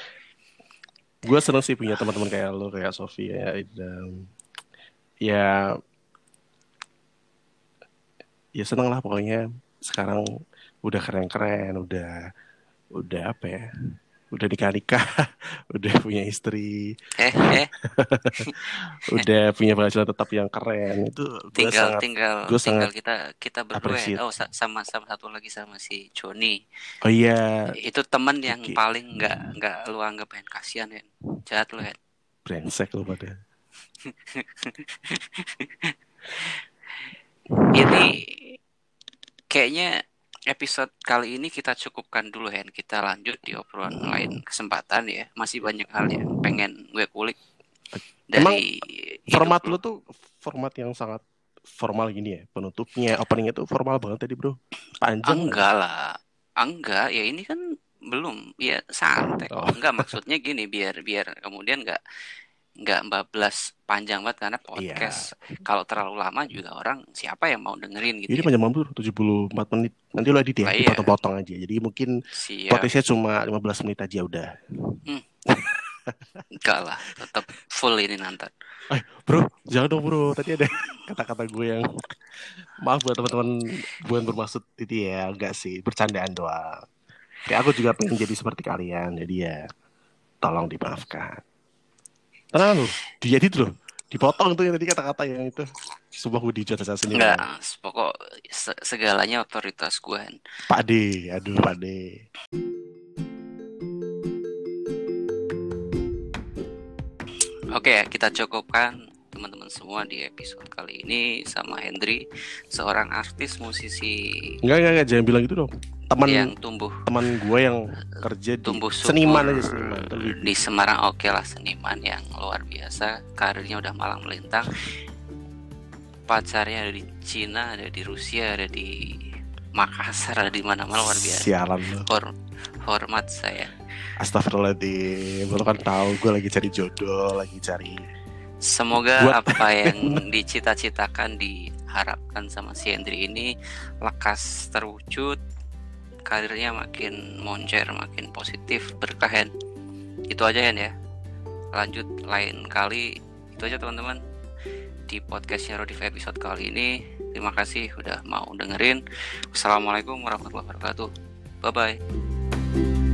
Gue seneng sih punya teman-teman kayak lo, kayak Sofi ya. Dan ya, ya seneng lah pokoknya. Sekarang udah keren-keren, udah udah apa ya? Udah nikah-nikah, udah punya istri,
Eh, eh,
udah punya penghasilan tetap yang keren. Itu gue
tinggal
sangat
tinggal
gue
tinggal
sangat
kita kita berdua ya.
appreciate.
Oh, sa- sama sama satu lagi sama si Joni.
Oh iya,
Itu temen yang
Kiki,
paling nggak nggak lu anggap Hen, kasihan Hen. Jahat lu Hen.
brengsek lo pada.
Ini kayaknya episode kali ini kita cukupkan dulu Hen. Kita lanjut di obrolan lain kesempatan ya. Masih banyak hal yang pengen gue kulik
Emang
dari
format
hidup
lo
lu.
tuh format yang sangat formal gini ya, penutupnya, openingnya tuh formal banget tadi bro, panjang nggak?
Enggak lah. Enggak, ya ini kan belum. Ya santai kok.
Oh,
Enggak maksudnya gini biar biar kemudian enggak enggak bablas panjang banget karena
iya,
podcast kalau terlalu lama juga orang siapa yang mau dengerin
ini
gitu ya.
panjang banget bro, tujuh puluh empat menit. Nanti lo edit ya,
Lah iya,
dipotong-potong aja. Jadi mungkin
siap.
podcastnya cuma lima belas menit aja udah.
Hmm, enggak lah, tetap full ini nanti.
Eh bro, jangan dong bro. Tadi ada kata-kata gue yang maaf buat teman-teman, bukan bermaksud itu ya, enggak sih, bercandaan doang. Kayak aku juga pengen jadi seperti kalian, jadi ya tolong dimaafkan. Tenang loh, diedit loh, dipotong tuh yang tadi kata-kata yang itu. Sumpah gue dijat saya sendiri.
Enggak,
Bang.
pokok se- segalanya otoritas gue.
Pak D, aduh Pak D.
Oke, kita cukupkan teman-teman semua di episode kali ini sama Hendry, seorang artis musisi
Enggak, enggak, enggak, jangan bilang gitu dong. Teman
yang tumbuh
teman gue yang kerja di
tumbuh subur
seniman aja seniman.
di Semarang. Oke lah, seniman yang luar biasa, karirnya udah malang melintang. Pacarnya ada di Cina, ada di Rusia, ada di Makassar, ada di mana-mana, luar biasa.
Sialan lo.
Hor- hormat saya.
Astagfirullahaladzim, lo kan tahu gue lagi cari jodoh, lagi cari.
Semoga
Buat-
apa yang dicita-citakan di harapkan sama si Hendry ini lekas terwujud, karirnya makin moncer, makin positif, berkah Hen. Itu aja Hen ya. Lanjut lain kali. Itu aja teman-teman di podcastnya Rodif episode kali ini. Terima kasih udah mau dengerin. Wassalamualaikum warahmatullahi wabarakatuh. Bye bye.